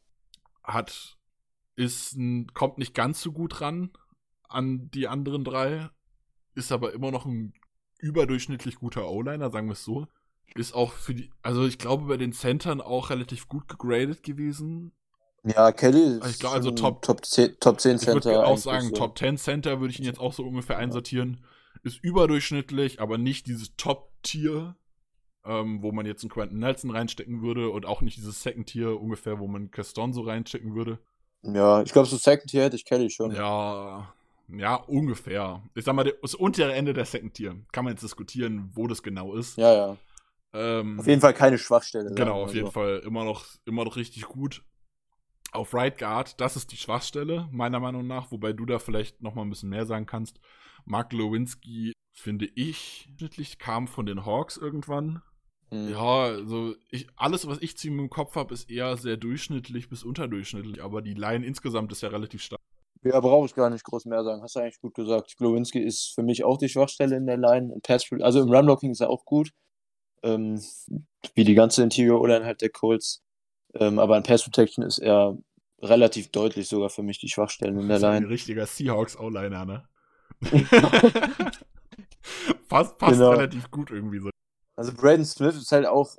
C: hat, ist ein, kommt nicht ganz so gut ran an die anderen drei, ist aber immer noch ein überdurchschnittlich guter O-Liner, sagen wir es so. Ist auch für die, also ich glaube bei den Centern auch relativ gut gegradet gewesen.
D: Ja, Kelly ist
C: Ich glaub, also
D: schon
C: Top-
D: Top zehn, Top zehn
C: Ich
D: Center.
C: würde auch
D: eigentlich
C: sagen,
D: so.
C: Top zehn Center würde ich ihn jetzt auch so ungefähr einsortieren. Ist überdurchschnittlich, aber nicht dieses Top-Tier, ähm, wo man jetzt einen Quentin Nelson reinstecken würde und auch nicht dieses Second-Tier ungefähr, wo man Caston so reinstecken würde.
D: Ja, ich glaube, so Second Tier hätte ich Kelly schon.
C: Ja, ja, ungefähr. Ich sag mal, das untere Ende der Second-Tier. Kann man jetzt diskutieren, wo das genau ist.
D: Ja, ja.
C: Ähm,
D: Auf jeden Fall keine Schwachstelle. sagen
C: Genau,
D: wir
C: auf
D: mal
C: jeden
D: so.
C: Fall immer noch, immer noch richtig gut. Auf Right Guard, das ist die Schwachstelle, meiner Meinung nach, wobei du da vielleicht noch mal ein bisschen mehr sagen kannst. Mark Lewinsky, finde ich, schnittlich kam von den Hawks irgendwann.
D: Hm.
C: Ja, also ich, alles, was ich zu ihm im Kopf habe, ist eher sehr durchschnittlich bis unterdurchschnittlich, aber die Line insgesamt ist ja relativ stark.
D: Ja, brauche ich gar nicht groß mehr sagen. Hast du eigentlich gut gesagt. Glowinski ist für mich auch die Schwachstelle in der Line. Im Pass, also im Run-Blocking ist er auch gut. Ähm, wie die ganze Interior O-Line halt der Colts. Ähm, aber in Pass Protection ist er relativ deutlich sogar für mich die Schwachstelle in der
C: Das ist ein
D: Line.
C: richtiger Seahawks-O-Liner, ne? passt passt
D: Genau.
C: relativ gut irgendwie so.
D: Also Braden Smith ist halt auch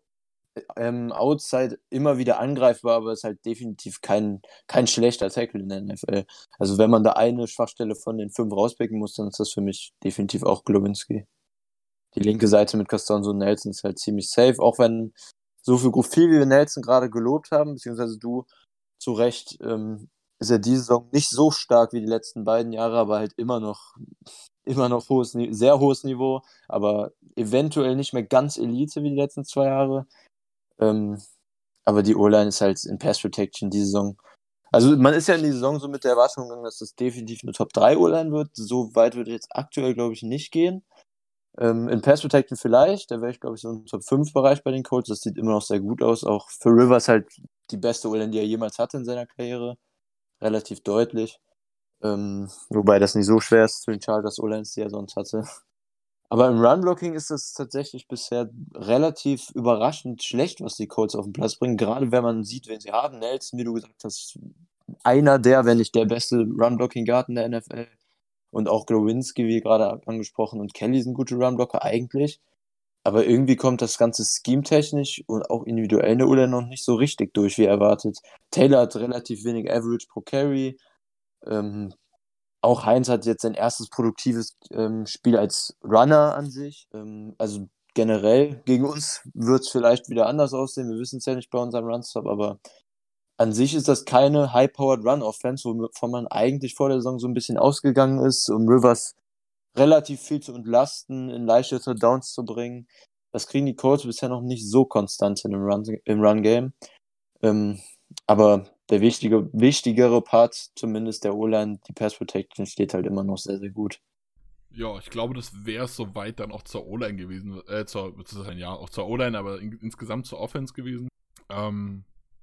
D: ähm, outside immer wieder angreifbar, aber ist halt definitiv kein, kein schlechter Tackle in der N F L. Also wenn man da eine Schwachstelle von den fünf rauspicken muss, dann ist das für mich definitiv auch Glowinski. Die linke Seite mit Costanzo und Nelson ist halt ziemlich safe, auch wenn so viel, viel wie wir Nelson gerade gelobt haben, beziehungsweise du zu Recht, ähm, ist er diese Saison nicht so stark wie die letzten beiden Jahre, aber halt immer noch immer noch hohes, Ni- sehr hohes Niveau, aber eventuell nicht mehr ganz Elite wie die letzten zwei Jahre. Ähm, aber die O-Line ist halt in Pass Protection die Saison. Also man ist ja in die Saison so mit der Erwartung gegangen, dass das definitiv eine Top drei O-Line wird. So weit würde jetzt aktuell, glaube ich, nicht gehen. Ähm, in Pass Protection vielleicht, da wäre ich, glaube ich, so im Top fünf Bereich bei den Colts. Das sieht immer noch sehr gut aus. Auch für Rivers halt die beste O-Line, die er jemals hatte in seiner Karriere. Relativ deutlich. Ähm, wobei das nicht so schwer ist zu den Chargers O-Lines, die er sonst hatte. Aber im Run-Blocking ist das tatsächlich bisher relativ überraschend schlecht, was die Colts auf den Platz bringen. Gerade wenn man sieht, wen sie haben. Nelson, wie du gesagt hast, einer der, wenn nicht der beste Run-Blocking-Guard in der N F L. Und auch Glowinski, wie gerade angesprochen, und Kelly sind gute Run-Blocker eigentlich. Aber irgendwie kommt das Ganze scheme-technisch und auch individuell in der O-Line noch nicht so richtig durch, wie erwartet. Taylor hat relativ wenig Average pro Carry. Ähm, auch Heinz hat jetzt sein erstes produktives ähm, Spiel als Runner an sich. Ähm, also generell gegen uns wird es vielleicht wieder anders aussehen. Wir wissen es ja nicht bei unserem Runstop, aber an sich ist das keine High-Powered Run-Offense, wovon man eigentlich vor der Saison so ein bisschen ausgegangen ist, um Rivers relativ viel zu entlasten, in leichtere Downs zu bringen. Das kriegen die Colts bisher noch nicht so konstant in im Run, im Run-Game. Ähm, aber der wichtige, wichtigere Part, zumindest der O-Line, die Pass Protection, steht halt immer noch sehr, sehr gut.
C: Ja, ich glaube, das wäre soweit dann auch zur O-Line gewesen. Äh, zur, ja, auch zur O-Line, aber in, insgesamt zur Offense gewesen. Ähm,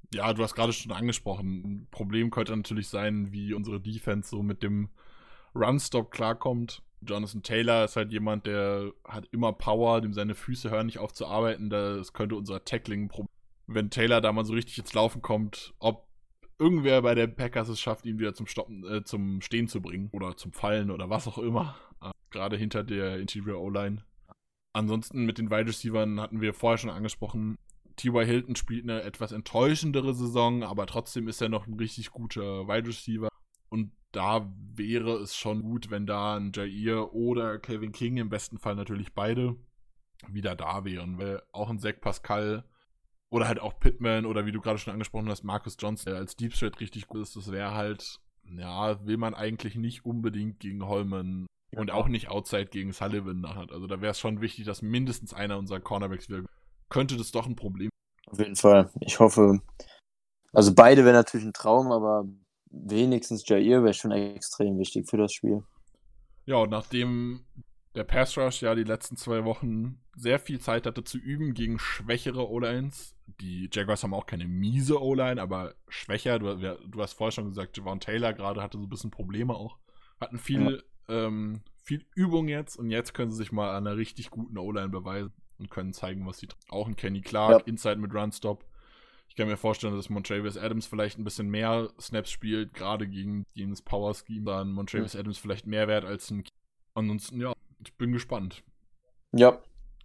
C: Ja, du hast gerade schon angesprochen. Ein Problem könnte natürlich sein, wie unsere Defense so mit dem Run-Stop klarkommt. Jonathan Taylor ist halt jemand, der hat immer Power, dem seine Füße hören nicht auf zu arbeiten. Das könnte unser Tackling ein Problem. Wenn Taylor da mal so richtig ins Laufen kommt, ob irgendwer bei den Packers es schafft, ihn wieder zum Stoppen, äh, zum Stehen zu bringen oder zum Fallen oder was auch immer. Äh, gerade hinter der Interior O-Line. Ansonsten mit den Wide Receivern hatten wir vorher schon angesprochen. T Y. Hilton spielt eine etwas enttäuschendere Saison, aber trotzdem ist er noch ein richtig guter Wide Receiver. Und da wäre es schon gut, wenn da ein Jair oder Kevin King, im besten Fall natürlich beide, wieder da wären. Weil auch ein Zach Pascal oder halt auch Pittman oder wie du gerade schon angesprochen hast, Marcus Johnson, der als Deep Threat richtig gut ist, das wäre halt, ja, will man eigentlich nicht unbedingt gegen Holman ja. und auch nicht Outside gegen Sullivan nachher. Also da wäre es schon wichtig, dass mindestens einer unserer Cornerbacks wieder. Könnte das doch ein Problem.
D: Auf jeden Fall. Ich hoffe, also beide wäre natürlich ein Traum, aber wenigstens Jair wäre schon extrem wichtig für das Spiel.
C: Ja, und nachdem der Pass Rush ja die letzten zwei Wochen sehr viel Zeit hatte zu üben gegen schwächere O-Lines, die Jaguars haben auch keine miese O-Line, aber schwächer. Du, du hast vorher schon gesagt, Javon Taylor gerade hatte so ein bisschen Probleme auch. Hatten viel, ja. ähm, viel Übung jetzt und jetzt können sie sich mal an einer richtig guten O-Line beweisen und können zeigen, was sie tun. Auch ein Kenny Clark, ja. Inside mit Run-Stop. Ich kann mir vorstellen, dass Montravius Adams vielleicht ein bisschen mehr Snaps spielt, gerade gegen dieses Power-Scheme. Dann Montravius ja. Adams vielleicht mehr wert als ein. Ansonsten, ja, ich bin gespannt.
D: Ja.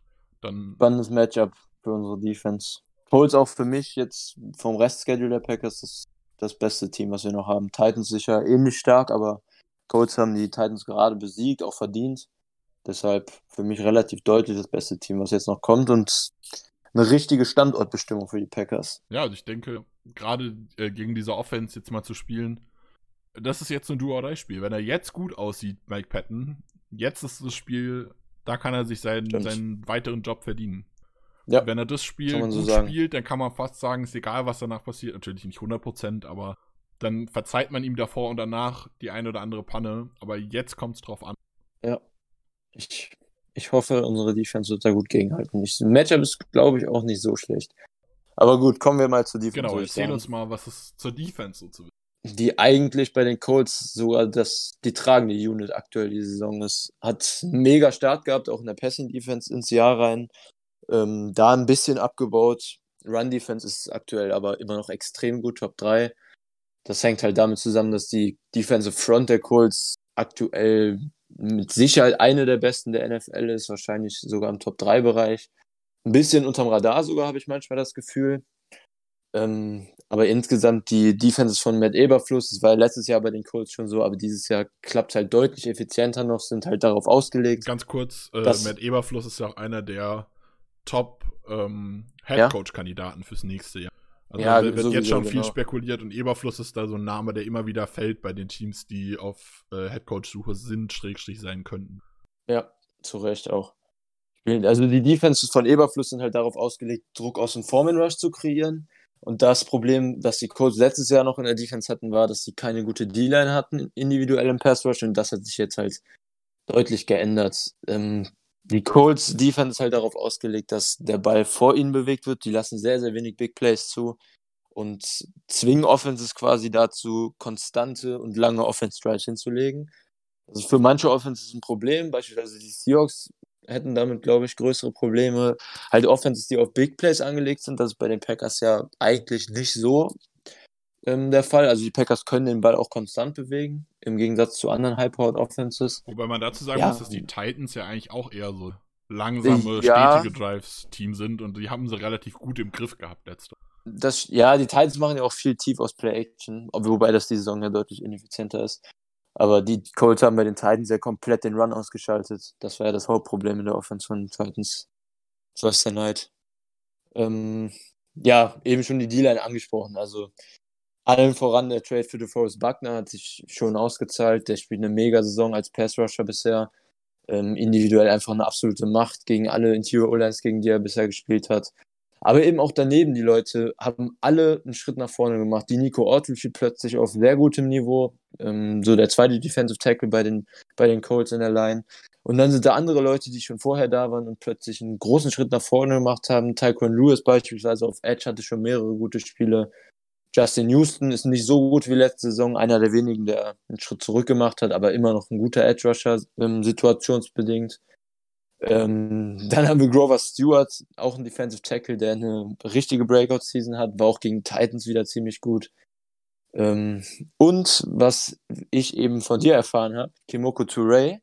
C: Dann
D: spannendes Matchup für unsere Defense. Colts auch für mich jetzt vom Restschedule der Packers das, das beste Team, was wir noch haben. Titans sicher ähnlich stark, aber Colts haben die Titans gerade besiegt, auch verdient. Deshalb für mich relativ deutlich das beste Team, was jetzt noch kommt und eine richtige Standortbestimmung für die Packers.
C: Ja, also ich denke, gerade äh, gegen diese Offense jetzt mal zu spielen, das ist jetzt ein Do-or-Die-Spiel. Wenn er jetzt gut aussieht, Mike Patton, jetzt ist das Spiel, da kann er sich seinen, seinen weiteren Job verdienen.
D: Ja,
C: wenn er das Spiel
D: kann man so
C: gut
D: sagen.
C: spielt, dann kann man fast sagen, ist egal, was danach passiert. Natürlich nicht hundert Prozent, aber dann verzeiht man ihm davor und danach die eine oder andere Panne. Aber jetzt kommt es drauf an.
D: Ja, ich, ich hoffe, unsere Defense wird da gut gegenhalten. Das Matchup ist, glaube ich, auch nicht so schlecht. Aber gut, kommen wir mal zur Defense.
C: Genau, erzähl uns mal, was es zur Defense so zu wissen.
D: Die eigentlich bei den Colts sogar das, die tragende Unit aktuell die Saison ist. Hat einen mega Start gehabt, auch in der Passing-Defense ins Jahr rein. Ähm, da ein bisschen abgebaut. Run-Defense ist aktuell aber immer noch extrem gut, Top drei. Das hängt halt damit zusammen, dass die Defensive Front der Colts aktuell mit Sicherheit eine der besten der N F L ist, wahrscheinlich sogar im Top drei Bereich. Ein bisschen unterm Radar sogar, habe ich manchmal das Gefühl. Ähm, aber insgesamt die Defenses von Matt Eberfluss, das war ja letztes Jahr bei den Colts schon so, aber dieses Jahr klappt es halt deutlich effizienter noch, sind halt darauf ausgelegt.
C: Ganz kurz, äh,
D: dass,
C: Matt Eberfluss ist ja auch einer der Top ähm, Headcoach-Kandidaten ja? fürs nächste Jahr. Also
D: ja,
C: da wird
D: sowieso,
C: jetzt schon
D: genau.
C: viel spekuliert und Eberfluss ist da so ein Name, der immer wieder fällt bei den Teams, die auf äh, Headcoach-Suche sind, Schrägstrich sein könnten.
D: Ja, zu Recht auch. Also die Defenses von Eberfluss sind halt darauf ausgelegt, Druck aus dem Foreman Rush zu kreieren. Und das Problem, das die Colts letztes Jahr noch in der Defense hatten, war, dass sie keine gute D-Line hatten, individuell im Pass Rush. Und das hat sich jetzt halt deutlich geändert. Ähm, die Colts Defense ist halt darauf ausgelegt, dass der Ball vor ihnen bewegt wird. Die lassen sehr, sehr wenig Big Plays zu und zwingen Offenses quasi dazu, konstante und lange Offense-Drives hinzulegen. Also für manche Offenses ein Problem, beispielsweise die Seahawks hätten damit, glaube ich, größere Probleme. Halt Offenses, die auf Big Plays angelegt sind, das ist bei den Packers ja eigentlich nicht so ähm, der Fall. Also die Packers können den Ball auch konstant bewegen, im Gegensatz zu anderen High-Powered Offenses.
C: Wobei man dazu sagen
D: ja.
C: muss, dass die Titans ja eigentlich auch eher so langsame,
D: ja.
C: stetige Drives-Team sind und die haben sie relativ gut im Griff gehabt letzte.
D: Das, ja, die Titans machen ja auch viel tief aus Play-Action, wobei das die Saison ja deutlich ineffizienter ist. Aber die Colts haben bei den Titans ja komplett den Run ausgeschaltet. Das war ja das Hauptproblem in der Offense von den Titans. Thursday Night. Ähm, ja, eben schon die D-Line angesprochen. Also allen voran der Trade für DeForest Buckner hat sich schon ausgezahlt. Der spielt eine Mega-Saison als Pass-Rusher bisher. Ähm, individuell einfach eine absolute Macht gegen alle Interior O-Lines, gegen die er bisher gespielt hat. Aber eben auch daneben, die Leute haben alle einen Schritt nach vorne gemacht. Die Nico Orton spielt plötzlich auf sehr gutem Niveau. Ähm, so der zweite Defensive Tackle bei den, bei den Colts in der Line. Und dann sind da andere Leute, die schon vorher da waren und plötzlich einen großen Schritt nach vorne gemacht haben. Tyquan Lewis beispielsweise auf Edge hatte schon mehrere gute Spiele. Justin Houston ist nicht so gut wie letzte Saison, einer der wenigen, der einen Schritt zurück gemacht hat, aber immer noch ein guter Edge-Rusher, ähm, situationsbedingt. Ähm, dann haben wir Grover Stewart, auch ein Defensive Tackle, der eine richtige Breakout-Season hat, war auch gegen Titans wieder ziemlich gut. Ähm, und was ich eben von dir erfahren habe, Kemoko Toure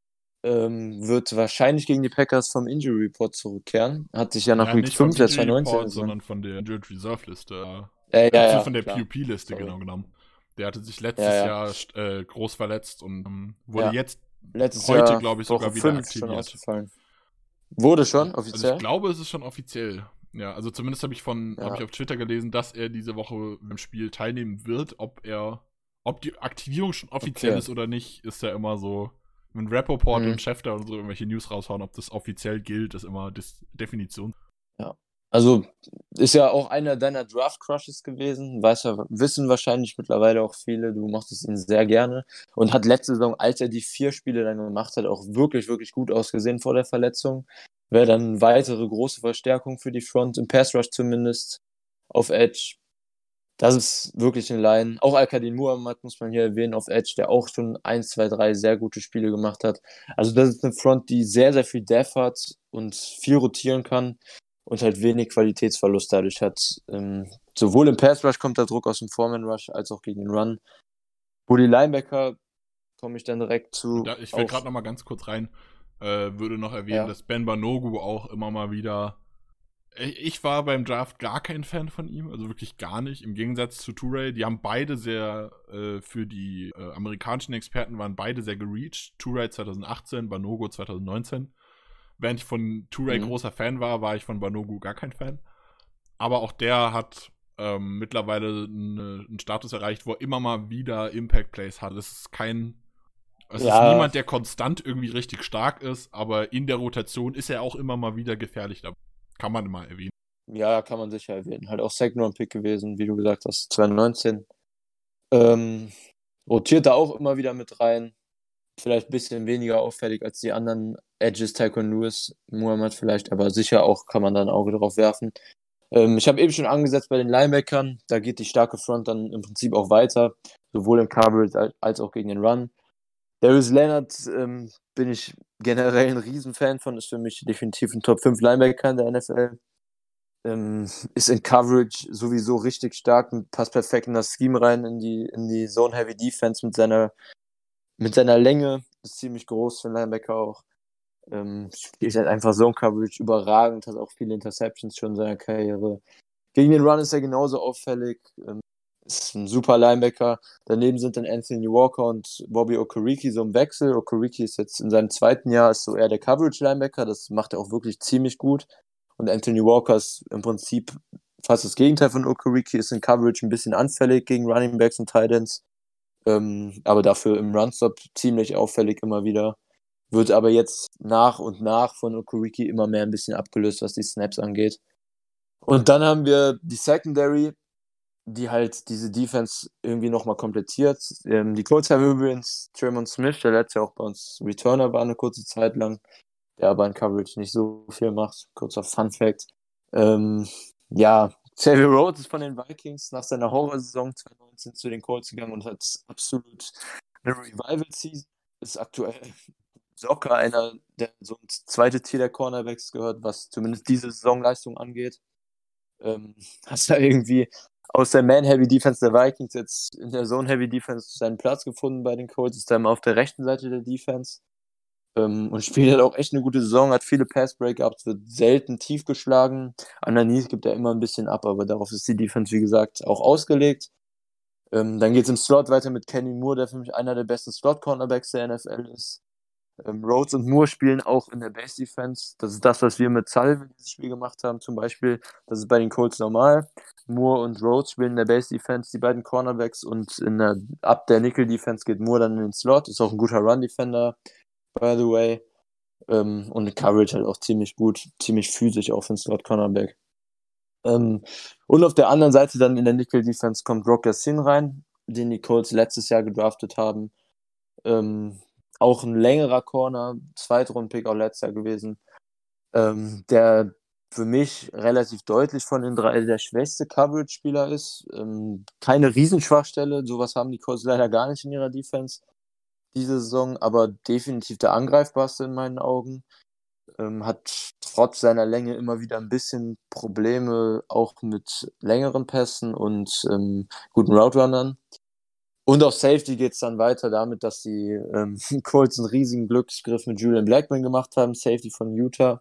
D: ähm, wird wahrscheinlich gegen die Packers vom Injury Report zurückkehren. Hat sich ja nach
C: Ja,
D: Week
C: nicht vom
D: fünf der
C: Injury
D: zwanzig neunzehn
C: Report,
D: gesehen.
C: sondern von der Injured Reserve Liste.
D: Äh, ja,
C: Äh,
D: ja,
C: von der
D: klar.
C: P U P-Liste
D: Sorry.
C: genau genommen. Der hatte sich letztes
D: Ja, ja.
C: Jahr äh, groß verletzt und ähm, wurde
D: Ja.
C: jetzt
D: Letztes
C: heute,
D: Jahr,
C: glaube ich,
D: Woche
C: sogar wieder
D: fünf schon
C: aktiviert.
D: ausgefallen. Wurde schon,
C: Also ich
D: offiziell?
C: glaube, es ist schon offiziell. Ja, also zumindest habe ich von,
D: Ja.
C: habe ich auf Twitter gelesen, dass er diese Woche im Spiel teilnehmen wird. Ob er, ob die Aktivierung schon offiziell
D: Okay.
C: ist oder nicht, ist ja immer so. Wenn Rappaport
D: Mhm.
C: und Schefter und so irgendwelche News raushauen, ob das offiziell gilt, ist immer Dis Definition.
D: Also ist ja auch einer deiner Draft-Crushes gewesen, weiß ja, wissen wahrscheinlich mittlerweile auch viele, du mochtest ihn sehr gerne und hat letzte Saison, als er die vier Spiele dann gemacht hat, auch wirklich, wirklich gut ausgesehen vor der Verletzung. Wäre dann eine weitere große Verstärkung für die Front, im Pass-Rush zumindest, auf Edge. Das ist wirklich eine Line. Auch Al-Kadin Muhammad muss man hier erwähnen auf Edge, der auch schon eins, zwei, drei sehr gute Spiele gemacht hat. Also das ist eine Front, die sehr, sehr viel Depth hat und viel rotieren kann und halt wenig Qualitätsverlust dadurch hat. Ähm, sowohl im Pass-Rush kommt der Druck aus dem Foreman-Rush als auch gegen den Run. Wo die Linebacker, komme ich dann direkt zu.
C: Da, ich will
D: auch-
C: gerade noch mal ganz kurz rein, äh, würde noch erwähnen,
D: Ja.
C: dass Ben Banogu auch immer mal wieder. Ich ich war beim Draft gar kein Fan von ihm, also wirklich gar nicht. Im Gegensatz zu Toure, die haben beide sehr, äh, für die äh, amerikanischen Experten waren beide sehr gereached. Toure zwanzig achtzehn, Banogu zwanzig neunzehn. Während ich von Toure
D: Mhm.
C: großer Fan war, war ich von Banogu gar kein Fan. Aber auch der hat ähm, mittlerweile eine, einen Status erreicht, wo er immer mal wieder Impact Plays hat. Es ist kein. Es
D: Ja.
C: ist niemand, der konstant irgendwie richtig stark ist, aber in der Rotation ist er auch immer mal wieder gefährlich dabei. Kann man immer erwähnen.
D: Ja, kann man sicher erwähnen. Halt auch Second-Round-Pick gewesen, wie du gesagt hast, zwanzig neunzehn. Ähm, rotiert da auch immer wieder mit rein. Vielleicht ein bisschen weniger auffällig als die anderen Edges, Tyquan Lewis, Muhammad vielleicht, aber sicher auch kann man da ein Auge drauf werfen. Ähm, ich habe eben schon angesetzt bei den Linebackern, da geht die starke Front dann im Prinzip auch weiter, sowohl im Coverage als- als auch gegen den Run. Darius Leonard ähm, bin ich generell ein Riesenfan von, ist für mich definitiv ein Top fünf Linebacker in der N F L. Ähm, ist in Coverage sowieso richtig stark und passt perfekt in das Scheme rein, in die, in die Zone-Heavy Defense mit seiner, mit seiner Länge, ist ziemlich groß für einen Linebacker auch. Ähm, spielt halt einfach Zone-Coverage überragend, hat auch viele Interceptions schon in seiner Karriere. Gegen den Run ist er genauso auffällig, ähm, ist ein super Linebacker. Daneben sind dann Anthony Walker und Bobby Okereke so im Wechsel. Okereke ist jetzt in seinem zweiten Jahr, ist so eher der Coverage-Linebacker, das macht er auch wirklich ziemlich gut. Und Anthony Walker ist im Prinzip fast das Gegenteil von Okereke, ist in Coverage ein bisschen anfällig gegen Running Backs und Tight Ends, ähm, aber dafür im Runstop ziemlich auffällig immer wieder. Wird aber jetzt nach und nach von Okereke immer mehr ein bisschen abgelöst, was die Snaps angeht. Und dann haben wir die Secondary, die halt diese Defense irgendwie nochmal komplettiert. Ähm, die Colts haben übrigens Tremont Smith, der letztes Jahr auch bei uns Returner war eine kurze Zeit lang, der aber in Coverage nicht so viel macht. Kurzer Fun Fact. Ähm, ja, Xavier Rhodes ist von den Vikings nach seiner Horrorsaison zwanzig neunzehn zu den Colts gegangen und hat absolut eine Revival-Season. Ist aktuell locker einer, der so ins zweite Tier der Cornerbacks gehört, was zumindest diese Saisonleistung angeht. Ähm, hast da irgendwie aus der Man-Heavy-Defense der Vikings jetzt in der Zone-Heavy-Defense seinen Platz gefunden bei den Colts, ist dann auf der rechten Seite der Defense ähm, und spielt halt auch echt eine gute Saison, hat viele Pass-Breakups, wird selten tief geschlagen. Underneath gibt er immer ein bisschen ab, aber darauf ist die Defense, wie gesagt, auch ausgelegt. Ähm, dann geht es im Slot weiter mit Kenny Moore, der für mich einer der besten Slot-Cornerbacks der N F L ist. Ähm, Rhodes und Moore spielen auch in der Base-Defense. Das ist das, was wir mit Sullivan dieses Spiel gemacht haben, zum Beispiel. Das ist bei den Colts normal. Moore und Rhodes spielen in der Base-Defense, die beiden Cornerbacks, und in der, ab der Nickel-Defense geht Moore dann in den Slot. Ist auch ein guter Run-Defender, by the way. Ähm, und Coverage halt auch ziemlich gut, ziemlich physisch auch für den Slot-Cornerback. Ähm, und auf der anderen Seite dann in der Nickel-Defense kommt Rock Ya-Sin rein, den die Colts letztes Jahr gedraftet haben. Ähm, auch ein längerer Corner, Zweitrund-Pick auch letzter gewesen, ähm, der für mich relativ deutlich von den drei der schwächste Coverage-Spieler ist. Ähm, keine Riesenschwachstelle, sowas haben die Colts leider gar nicht in ihrer Defense diese Saison, aber definitiv der angreifbarste in meinen Augen. Ähm, hat trotz seiner Länge immer wieder ein bisschen Probleme, auch mit längeren Pässen und ähm, guten Route-Runnern. Und auf Safety geht es dann weiter damit, dass die ähm, Colts einen riesigen Glücksgriff mit Julian Blackmon gemacht haben, Safety von Utah.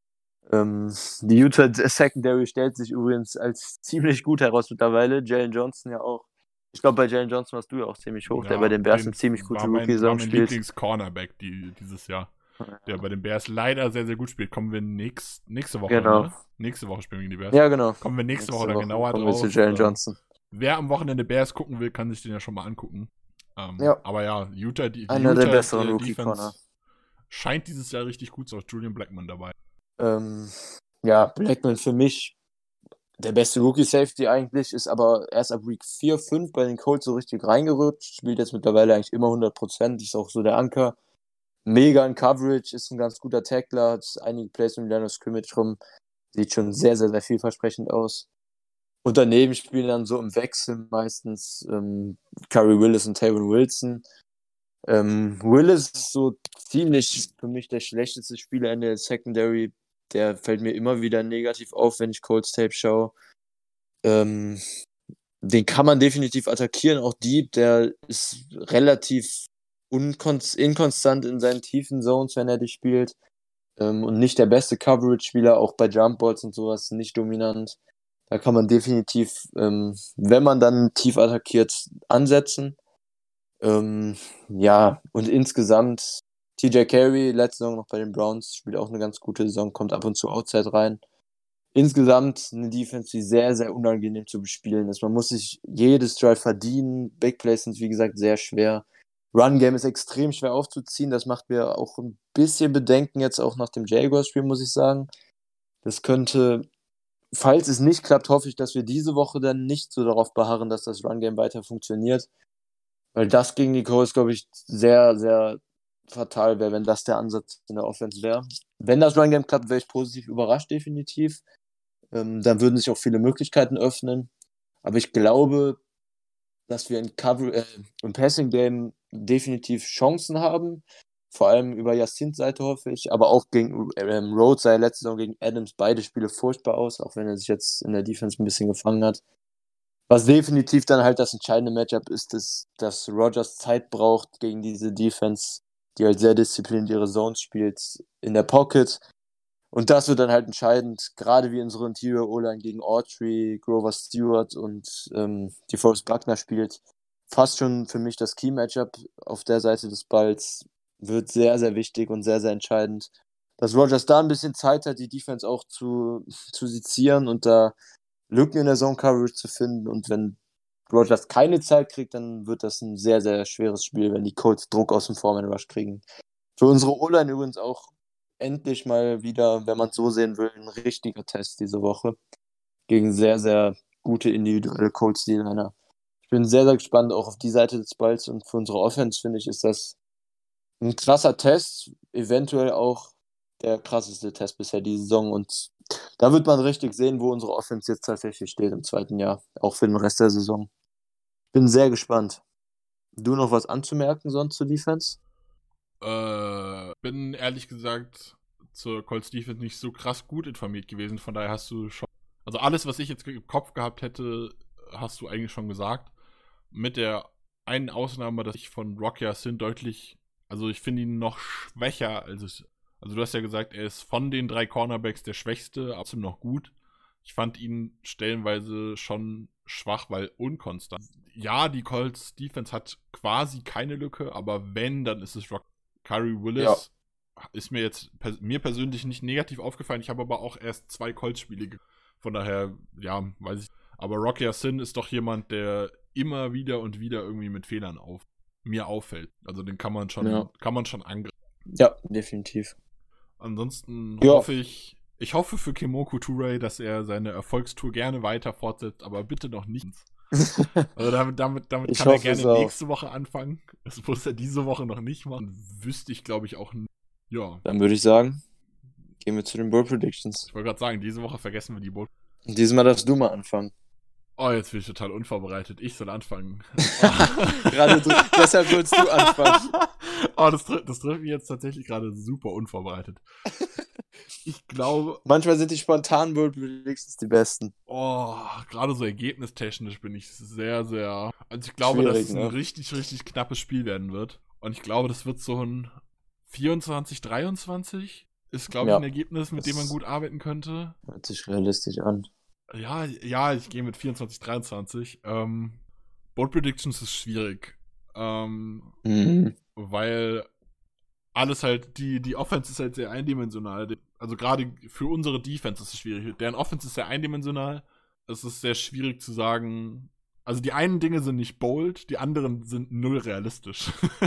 D: Ähm, die Utah Secondary stellt sich übrigens als ziemlich gut heraus mittlerweile. Jalen Johnson ja auch. Ich glaube, bei Jalen Johnson warst du ja auch ziemlich hoch,
C: Ja,
D: der bei den Bears
C: den
D: eine ziemlich gute
C: war mein,
D: Rookie-Saison
C: war mein
D: spielt.
C: Lieblings-Cornerback die, dieses Jahr. Der bei den Bears leider sehr, sehr gut spielt. Kommen wir nächst, nächste Woche,
D: Genau.
C: ne? Nächste Woche spielen wir gegen die Bears.
D: Ja, genau.
C: Kommen wir nächste,
D: Nächste
C: Woche dann
D: Woche
C: genauer
D: kommen wir
C: drauf.
D: zu Jalen
C: Ähm,
D: Johnson.
C: Wer am Wochenende Bears gucken will, kann sich den ja schon mal angucken. Ähm,
D: Ja.
C: Aber ja, Utah, die, die
D: Einer
C: Utah
D: der besseren
C: äh,
D: Rookie-Corner.
C: Defense scheint dieses Jahr richtig gut zu sein. Julian Blackmon dabei.
D: Ähm, ja, Blackmon für mich der beste Rookie-Safety eigentlich, ist aber erst ab Week vier, fünf bei den Colts so richtig reingerutscht, spielt jetzt mittlerweile eigentlich immer hundert Prozent, ist auch so der Anker. Mega in Coverage, ist ein ganz guter Tackler, hat einige Plays im Line of Scrimmage rum, sieht schon sehr, sehr, sehr vielversprechend aus. Und daneben spielen dann so im Wechsel meistens ähm, Curry Willis und Tavon Wilson. Ähm, Willis ist so ziemlich für mich der schlechteste Spieler in der Secondary. Der fällt mir immer wieder negativ auf, wenn ich Colts Tape schaue. Ähm, den kann man definitiv attackieren, auch Deep, der ist relativ unkon- inkonstant in seinen tiefen Zones, wenn er die spielt. Ähm, und nicht der beste Coverage-Spieler, auch bei Jumpballs und sowas, nicht dominant. Da kann man definitiv, ähm, wenn man dann tief attackiert, ansetzen. Ähm, ja, und insgesamt T J Carey, letzte Saison noch bei den Browns, spielt auch eine ganz gute Saison, kommt ab und zu Outside rein. Insgesamt eine Defense, die sehr, sehr unangenehm zu bespielen ist. Man muss sich jedes Drive verdienen. Big Plays sind, wie gesagt, sehr schwer. Run-Game ist extrem schwer aufzuziehen. Das macht mir auch ein bisschen Bedenken jetzt auch nach dem Jaguars-Spiel, muss ich sagen. Das könnte, falls es nicht klappt, hoffe ich, dass wir diese Woche dann nicht so darauf beharren, dass das Run-Game weiter funktioniert. Weil das gegen die Colts, glaube ich, sehr, sehr fatal wäre, wenn das der Ansatz in der Offense wäre. Wenn das Run-Game klappt, wäre ich positiv überrascht, definitiv. Ähm, dann würden sich auch viele Möglichkeiten öffnen. Aber ich glaube, dass wir in Cover äh, im Passing-Game definitiv Chancen haben. Vor allem über Jacint's Seite hoffe ich. Aber auch gegen ähm, Rhodes sah ja letzte Saison gegen Adams beide Spiele furchtbar aus, auch wenn er sich jetzt in der Defense ein bisschen gefangen hat. Was definitiv dann halt das entscheidende Matchup ist, ist, dass Rodgers Zeit braucht gegen diese Defense, die halt sehr diszipliniert ihre Zones spielt, in der Pocket. Und das wird dann halt entscheidend, gerade wie unsere Interior O-Line gegen Autry, Grover Stewart und ähm, DeForest Buckner spielt. Fast schon für mich das Key-Matchup auf der Seite des Balls wird sehr, sehr wichtig und sehr, sehr entscheidend. Dass Rodgers da ein bisschen Zeit hat, die Defense auch zu, zu sezieren und da Lücken in der Zone-Coverage zu finden. Und wenn Rodgers keine Zeit kriegt, dann wird das ein sehr, sehr schweres Spiel, wenn die Colts Druck aus dem Foreman-Rush kriegen. Für unsere O-Line übrigens auch endlich mal wieder, wenn man es so sehen will, ein richtiger Test diese Woche gegen sehr, sehr gute individuelle Colts-D-Liner. Ich bin sehr, sehr gespannt auch auf die Seite des Balls und für unsere Offense, finde ich, ist das ein krasser Test, eventuell auch der krasseste Test bisher diese Saison und da wird man richtig sehen, wo unsere Offense jetzt tatsächlich steht im zweiten Jahr, auch für den Rest der Saison. Bin sehr gespannt. Du noch was anzumerken sonst zur Defense?
C: Äh, bin ehrlich gesagt zur Colts Defense nicht so krass gut informiert gewesen, von daher hast du schon, also alles, was ich jetzt im Kopf gehabt hätte, hast du eigentlich schon gesagt. Mit der einen Ausnahme, dass ich von Rock Ya-Sin deutlich, also ich finde ihn noch schwächer, als es, also du hast ja gesagt, er ist von den drei Cornerbacks der schwächste, aber trotzdem noch gut. Ich fand ihn stellenweise schon schwach, weil unkonstant. Ja, die Colts Defense hat quasi keine Lücke, aber wenn, dann ist es Rock. Curry Willis ja. Ist mir jetzt pers- mir persönlich nicht negativ aufgefallen. Ich habe aber auch erst zwei Colts-Spiele ge- Von daher, ja, weiß ich. Aber Rock Ya-Sin ist doch jemand, der immer wieder und wieder irgendwie mit Fehlern auf mir auffällt. Also den kann man schon,
D: Ja.
C: kann man schon angreifen.
D: Ja, definitiv.
C: Ansonsten
D: Ja.
C: hoffe ich, ich hoffe für Kemoko Toure, dass er seine Erfolgstour gerne weiter fortsetzt, aber bitte noch nicht. Also damit, damit, damit
D: Ich
C: kann er
D: hoffe es
C: gerne
D: auch.
C: nächste Woche anfangen. Das muss er diese Woche noch nicht machen. Wüsste ich, glaube ich, auch. n- Ja,
D: Dann würde ich sagen, gehen wir zu den Bold Predictions.
C: ich wollte gerade sagen, diese Woche vergessen wir die Boot.
D: Diesmal darfst du mal anfangen.
C: Oh, jetzt bin ich total unvorbereitet. Ich soll anfangen.
D: Gerade du, deshalb willst du anfangen.
C: Oh, das, tr- das trifft mich jetzt tatsächlich gerade super unvorbereitet. Ich glaube,
D: Manchmal sind die spontanen Bold Predictions die besten.
C: oh, gerade so ergebnistechnisch bin ich sehr, sehr. Also ich glaube,
D: Schwierig,
C: dass es ein
D: ne?
C: richtig, richtig knappes Spiel werden wird. Und ich glaube, das wird so ein vierundzwanzig dreiundzwanzig. Ist, glaube ich,
D: Ja.
C: ein Ergebnis, mit dem man
D: Das-
C: gut arbeiten könnte.
D: Hört sich realistisch an.
C: Ja, ja, ich gehe mit vierundzwanzig dreiundzwanzig. Ähm, Bold Predictions ist schwierig. Ähm,
D: Mhm.
C: weil alles halt, die, die Offense ist halt sehr eindimensional. Also gerade für unsere Defense ist es schwierig. Deren Offense ist sehr eindimensional. Es ist sehr schwierig zu sagen. Also die einen Dinge sind nicht bold, die anderen sind null realistisch.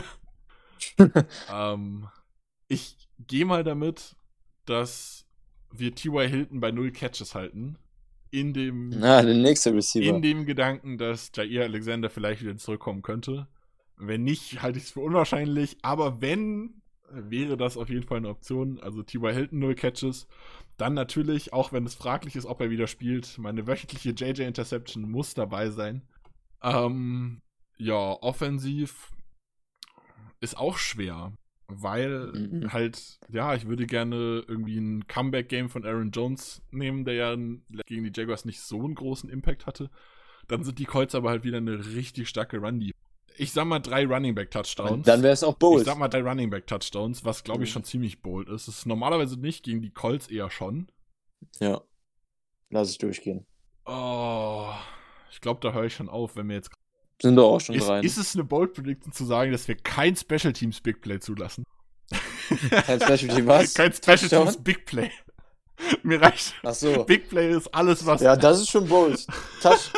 C: ähm, ich gehe mal damit, dass wir T Y. Hilton bei null Catches halten. In dem,
D: Na, der nächste Receiver.
C: in dem Gedanken, dass Jair Alexander vielleicht wieder zurückkommen könnte. Wenn nicht, halte ich es für unwahrscheinlich. Aber wenn, wäre das auf jeden Fall eine Option. Also T Y. Hilton null Catches. Dann natürlich, auch wenn es fraglich ist, ob er wieder spielt, meine wöchentliche J J Interception muss dabei sein. Ähm, ja, offensiv ist auch schwer. Weil
D: Mhm.
C: halt, ja, ich würde gerne irgendwie ein Comeback-Game von Aaron Jones nehmen, der ja gegen die Jaguars nicht so einen großen Impact hatte. Dann sind die Colts aber halt wieder eine richtig starke Run-Die. Ich sag mal drei Running-Back-Touchdowns.
D: Dann wäre es auch bold.
C: Ich sag mal drei Running-Back-Touchdowns, was glaube ich
D: Mhm.
C: schon ziemlich bold ist. Es ist normalerweise nicht, gegen die Colts eher schon.
D: Ja. Lass ich durchgehen.
C: Oh, ich glaube, da höre ich schon auf, wenn wir jetzt.
D: Sind doch auch schon
C: Ist,
D: rein.
C: ist es eine Bold Prediction zu sagen, dass wir kein Special Teams Big Play zulassen?
D: Kein Special Team was?
C: Kein Special
D: Touchdown?
C: Teams Big Play. Mir reicht.
D: Ach so.
C: Big Play ist alles, was.
D: Ja, das ist schon bold. Touch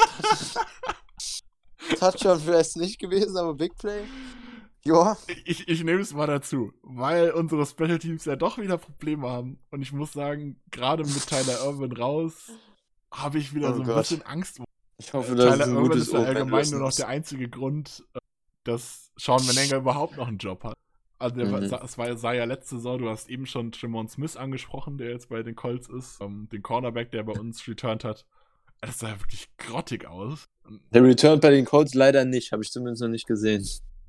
D: Touchdown vielleicht nicht gewesen, aber Big Play? Ja.
C: Ich, ich nehme es mal dazu, weil unsere Special Teams ja doch wieder Probleme haben. Und ich muss sagen, gerade mit Tyler Irvin raus, habe ich wieder
D: Oh
C: so ein
D: Gott.
C: bisschen Angst.
D: Ich hoffe, das
C: Tyler
D: ist ein
C: Irvin
D: gutes
C: ist ja
D: Omen.
C: allgemein nur noch der einzige Grund, äh, dass Sean Menenga überhaupt noch einen Job hat. Also der,
D: Mhm.
C: war- es war, sah ja letzte Saison, du hast eben schon Tremont Smith angesprochen, der jetzt bei den Colts ist, ähm, den Cornerback, der bei uns returned hat. Das sah ja wirklich grottig aus.
D: Der Return bei den Colts leider nicht, habe ich zumindest noch nicht gesehen.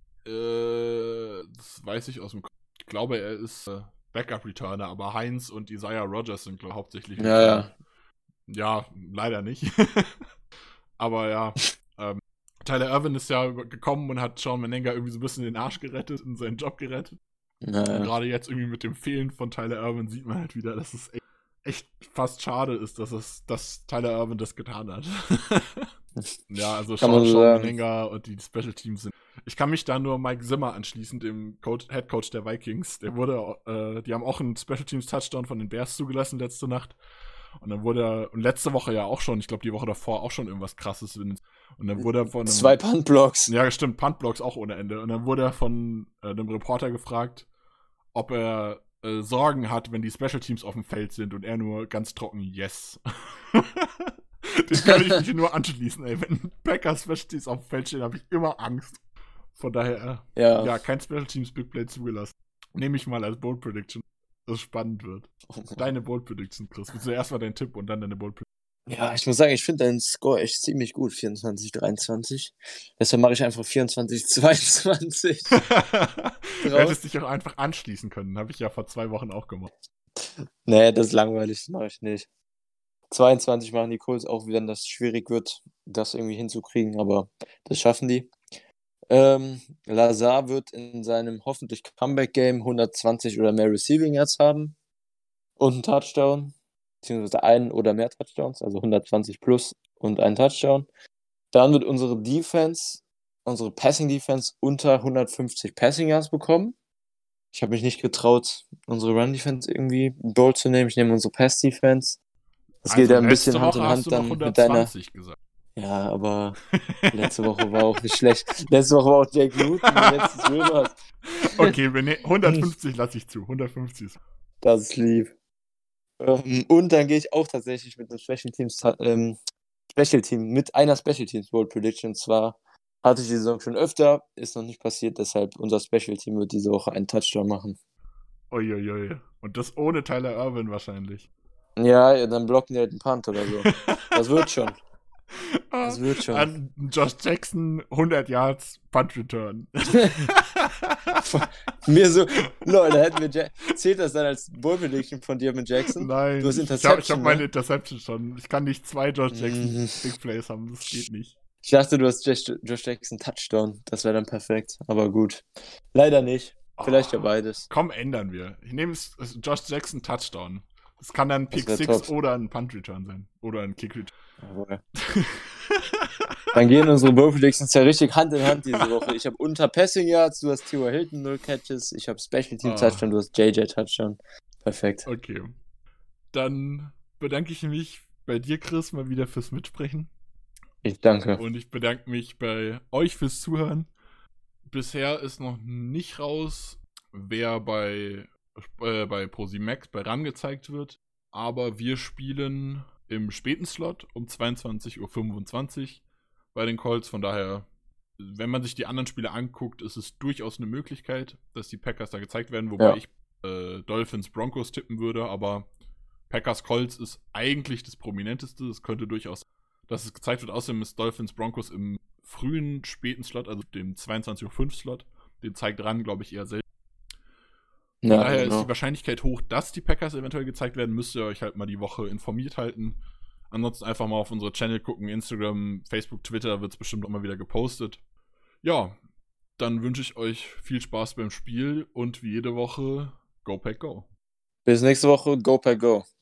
C: Äh, das weiß ich aus dem Kopf. Ich glaube, er ist äh, Backup-Returner, aber Heinz und Isaiah Rogers sind glaub, hauptsächlich
D: Ja, ja.
C: Ja, leider nicht. Aber ja, ähm, Tyler Irvin ist ja gekommen und hat Sean Menenga irgendwie so ein bisschen den Arsch gerettet und seinen Job gerettet. Und
D: Naja.
C: gerade jetzt irgendwie mit dem Fehlen von Tyler Irvin sieht man halt wieder, dass es echt, echt fast schade ist, dass es, dass Tyler Irvin das getan hat. Ja, also
D: Kann man
C: Sean,
D: so
C: Sean
D: sagen.
C: Menenga und die Special Teams sind. Ich kann mich da nur Mike Zimmer anschließen, dem Coach, Head Coach der Vikings. Der wurde, äh, die haben auch einen Special Teams Touchdown von den Bears zugelassen letzte Nacht. Und dann wurde er, und letzte Woche ja auch schon, ich glaube die Woche davor auch schon irgendwas krasses. Und dann wurde er von einem,
D: Zwei Punt-Blocks.
C: ja, stimmt, Puntblocks auch ohne Ende. Und dann wurde er von äh, einem Reporter gefragt, ob er äh, Sorgen hat, wenn die Special Teams auf dem Feld sind, und er nur ganz trocken, yes. Den kann ich mich nur anschließen, ey. Wenn Packers Special Teams auf dem Feld stehen, habe ich immer Angst. Von daher, äh,
D: Ja.
C: ja, kein Special Teams Big Play zugelassen. Nehme ich mal als Bold Prediction, dass es spannend wird. Deine Bold Prediction, Chris. Willst du erst mal deinen Tipp und dann deine Bold Prediction?
D: Ja, ich muss sagen, ich finde deinen Score echt ziemlich gut, vierundzwanzig dreiundzwanzig. Deshalb mache ich einfach vierundzwanzig zweiundzwanzig.
C: Du hättest dich auch einfach anschließen können. Habe ich ja vor zwei Wochen auch gemacht.
D: Nee, das ist langweilig, das mache ich nicht. zweiundzwanzig machen die Colts, auch wenn das schwierig wird, das irgendwie hinzukriegen, aber das schaffen die. Ähm, Lazar wird in seinem hoffentlich Comeback-Game hundertzwanzig oder mehr Receiving Yards haben und einen Touchdown, beziehungsweise einen oder mehr Touchdowns, also hundertzwanzig plus und einen Touchdown. Dann wird unsere Defense, unsere Passing-Defense unter hundertfünfzig Passing Yards bekommen. Ich habe mich nicht getraut, unsere Run-Defense irgendwie bold zu nehmen. Ich nehme unsere Pass-Defense. Das geht ja ein
C: letzte
D: bisschen Hand
C: Woche
D: in
C: hast
D: Hand
C: du noch
D: dann mit deiner.
C: hundertzwanzig gesagt.
D: Ja, aber letzte Woche war auch nicht schlecht. Letzte Woche war auch Jake Luton und jetzt ist Wilbers.
C: Okay, wir ne- hundertfünfzig lasse ich zu. hundertfünfzig ist.
D: Das ist lieb. Ähm, und dann gehe ich auch tatsächlich mit einem Special Teams, ähm, Special Team, mit einer Special Teams Bold Prediction. Zwar hatte ich die Saison schon öfter, ist noch nicht passiert, deshalb unser Special Team wird diese Woche einen Touchdown machen.
C: Uiuiui. Und das ohne Tyler Irvin wahrscheinlich.
D: Ja, ja, dann blocken die halt einen Punt oder so. Das wird schon. Das wird schon.
C: An Josh Jackson hundert Yards Punt Return.
D: Mir so, Leute, hätten wir ja- zählt das dann als Bold Prediction von dir mit Jackson?
C: Nein,
D: Du hast
C: ich habe
D: Interception,
C: ich hab meine
D: ne?
C: Interception schon. Ich kann nicht zwei Josh Jackson
D: Mhm.
C: Big Plays haben, das geht nicht.
D: Ich dachte, du hast Josh, Josh Jackson Touchdown. Das wäre dann perfekt. Aber gut. Leider nicht. Vielleicht ja
C: Oh,
D: beides.
C: Komm, ändern wir. Ich nehme Josh Jackson Touchdown. Das kann dann ein
D: Das
C: Pick
D: wär
C: six
D: top.
C: oder ein Punt Return sein. Oder ein Kick Return.
D: Jawohl. Dann gehen unsere Bold Predictions ja richtig Hand in Hand diese Woche. Ich habe unter Passing Yards, du hast T Y Hilton null Catches, ich habe Special Team
C: Ah.
D: Touchdown, du hast J J Touchdown. Perfekt.
C: Okay. Dann bedanke ich mich bei dir, Chris, mal wieder fürs Mitsprechen.
D: Ich danke.
C: Und ich bedanke mich bei euch fürs Zuhören. Bisher ist noch nicht raus, wer bei, äh, bei ProSimax bei RAN gezeigt wird. Aber wir spielen im späten Slot um zweiundzwanzig Uhr fünfundzwanzig bei den Colts. Von daher, wenn man sich die anderen Spiele anguckt, ist es durchaus eine Möglichkeit, dass die Packers da gezeigt werden. Wobei
D: Ja.
C: ich äh, Dolphins Broncos tippen würde. Aber Packers Colts ist eigentlich das Prominenteste. Es könnte durchaus, dass es gezeigt wird. Außerdem ist Dolphins Broncos im frühen, späten Slot, also dem zweiundzwanzig Uhr fünf Slot. Den zeigt RAN, glaube ich, eher selten. Von
D: Ja,
C: daher ist
D: genau.
C: die Wahrscheinlichkeit hoch, dass die Packers eventuell gezeigt werden. Müsst ihr euch halt mal die Woche informiert halten. Ansonsten einfach mal auf unsere Channel gucken. Instagram, Facebook, Twitter wird es bestimmt auch mal wieder gepostet. Ja, dann wünsche ich euch viel Spaß beim Spiel und wie jede Woche, Go Pack Go.
D: Bis nächste Woche. Go Pack Go.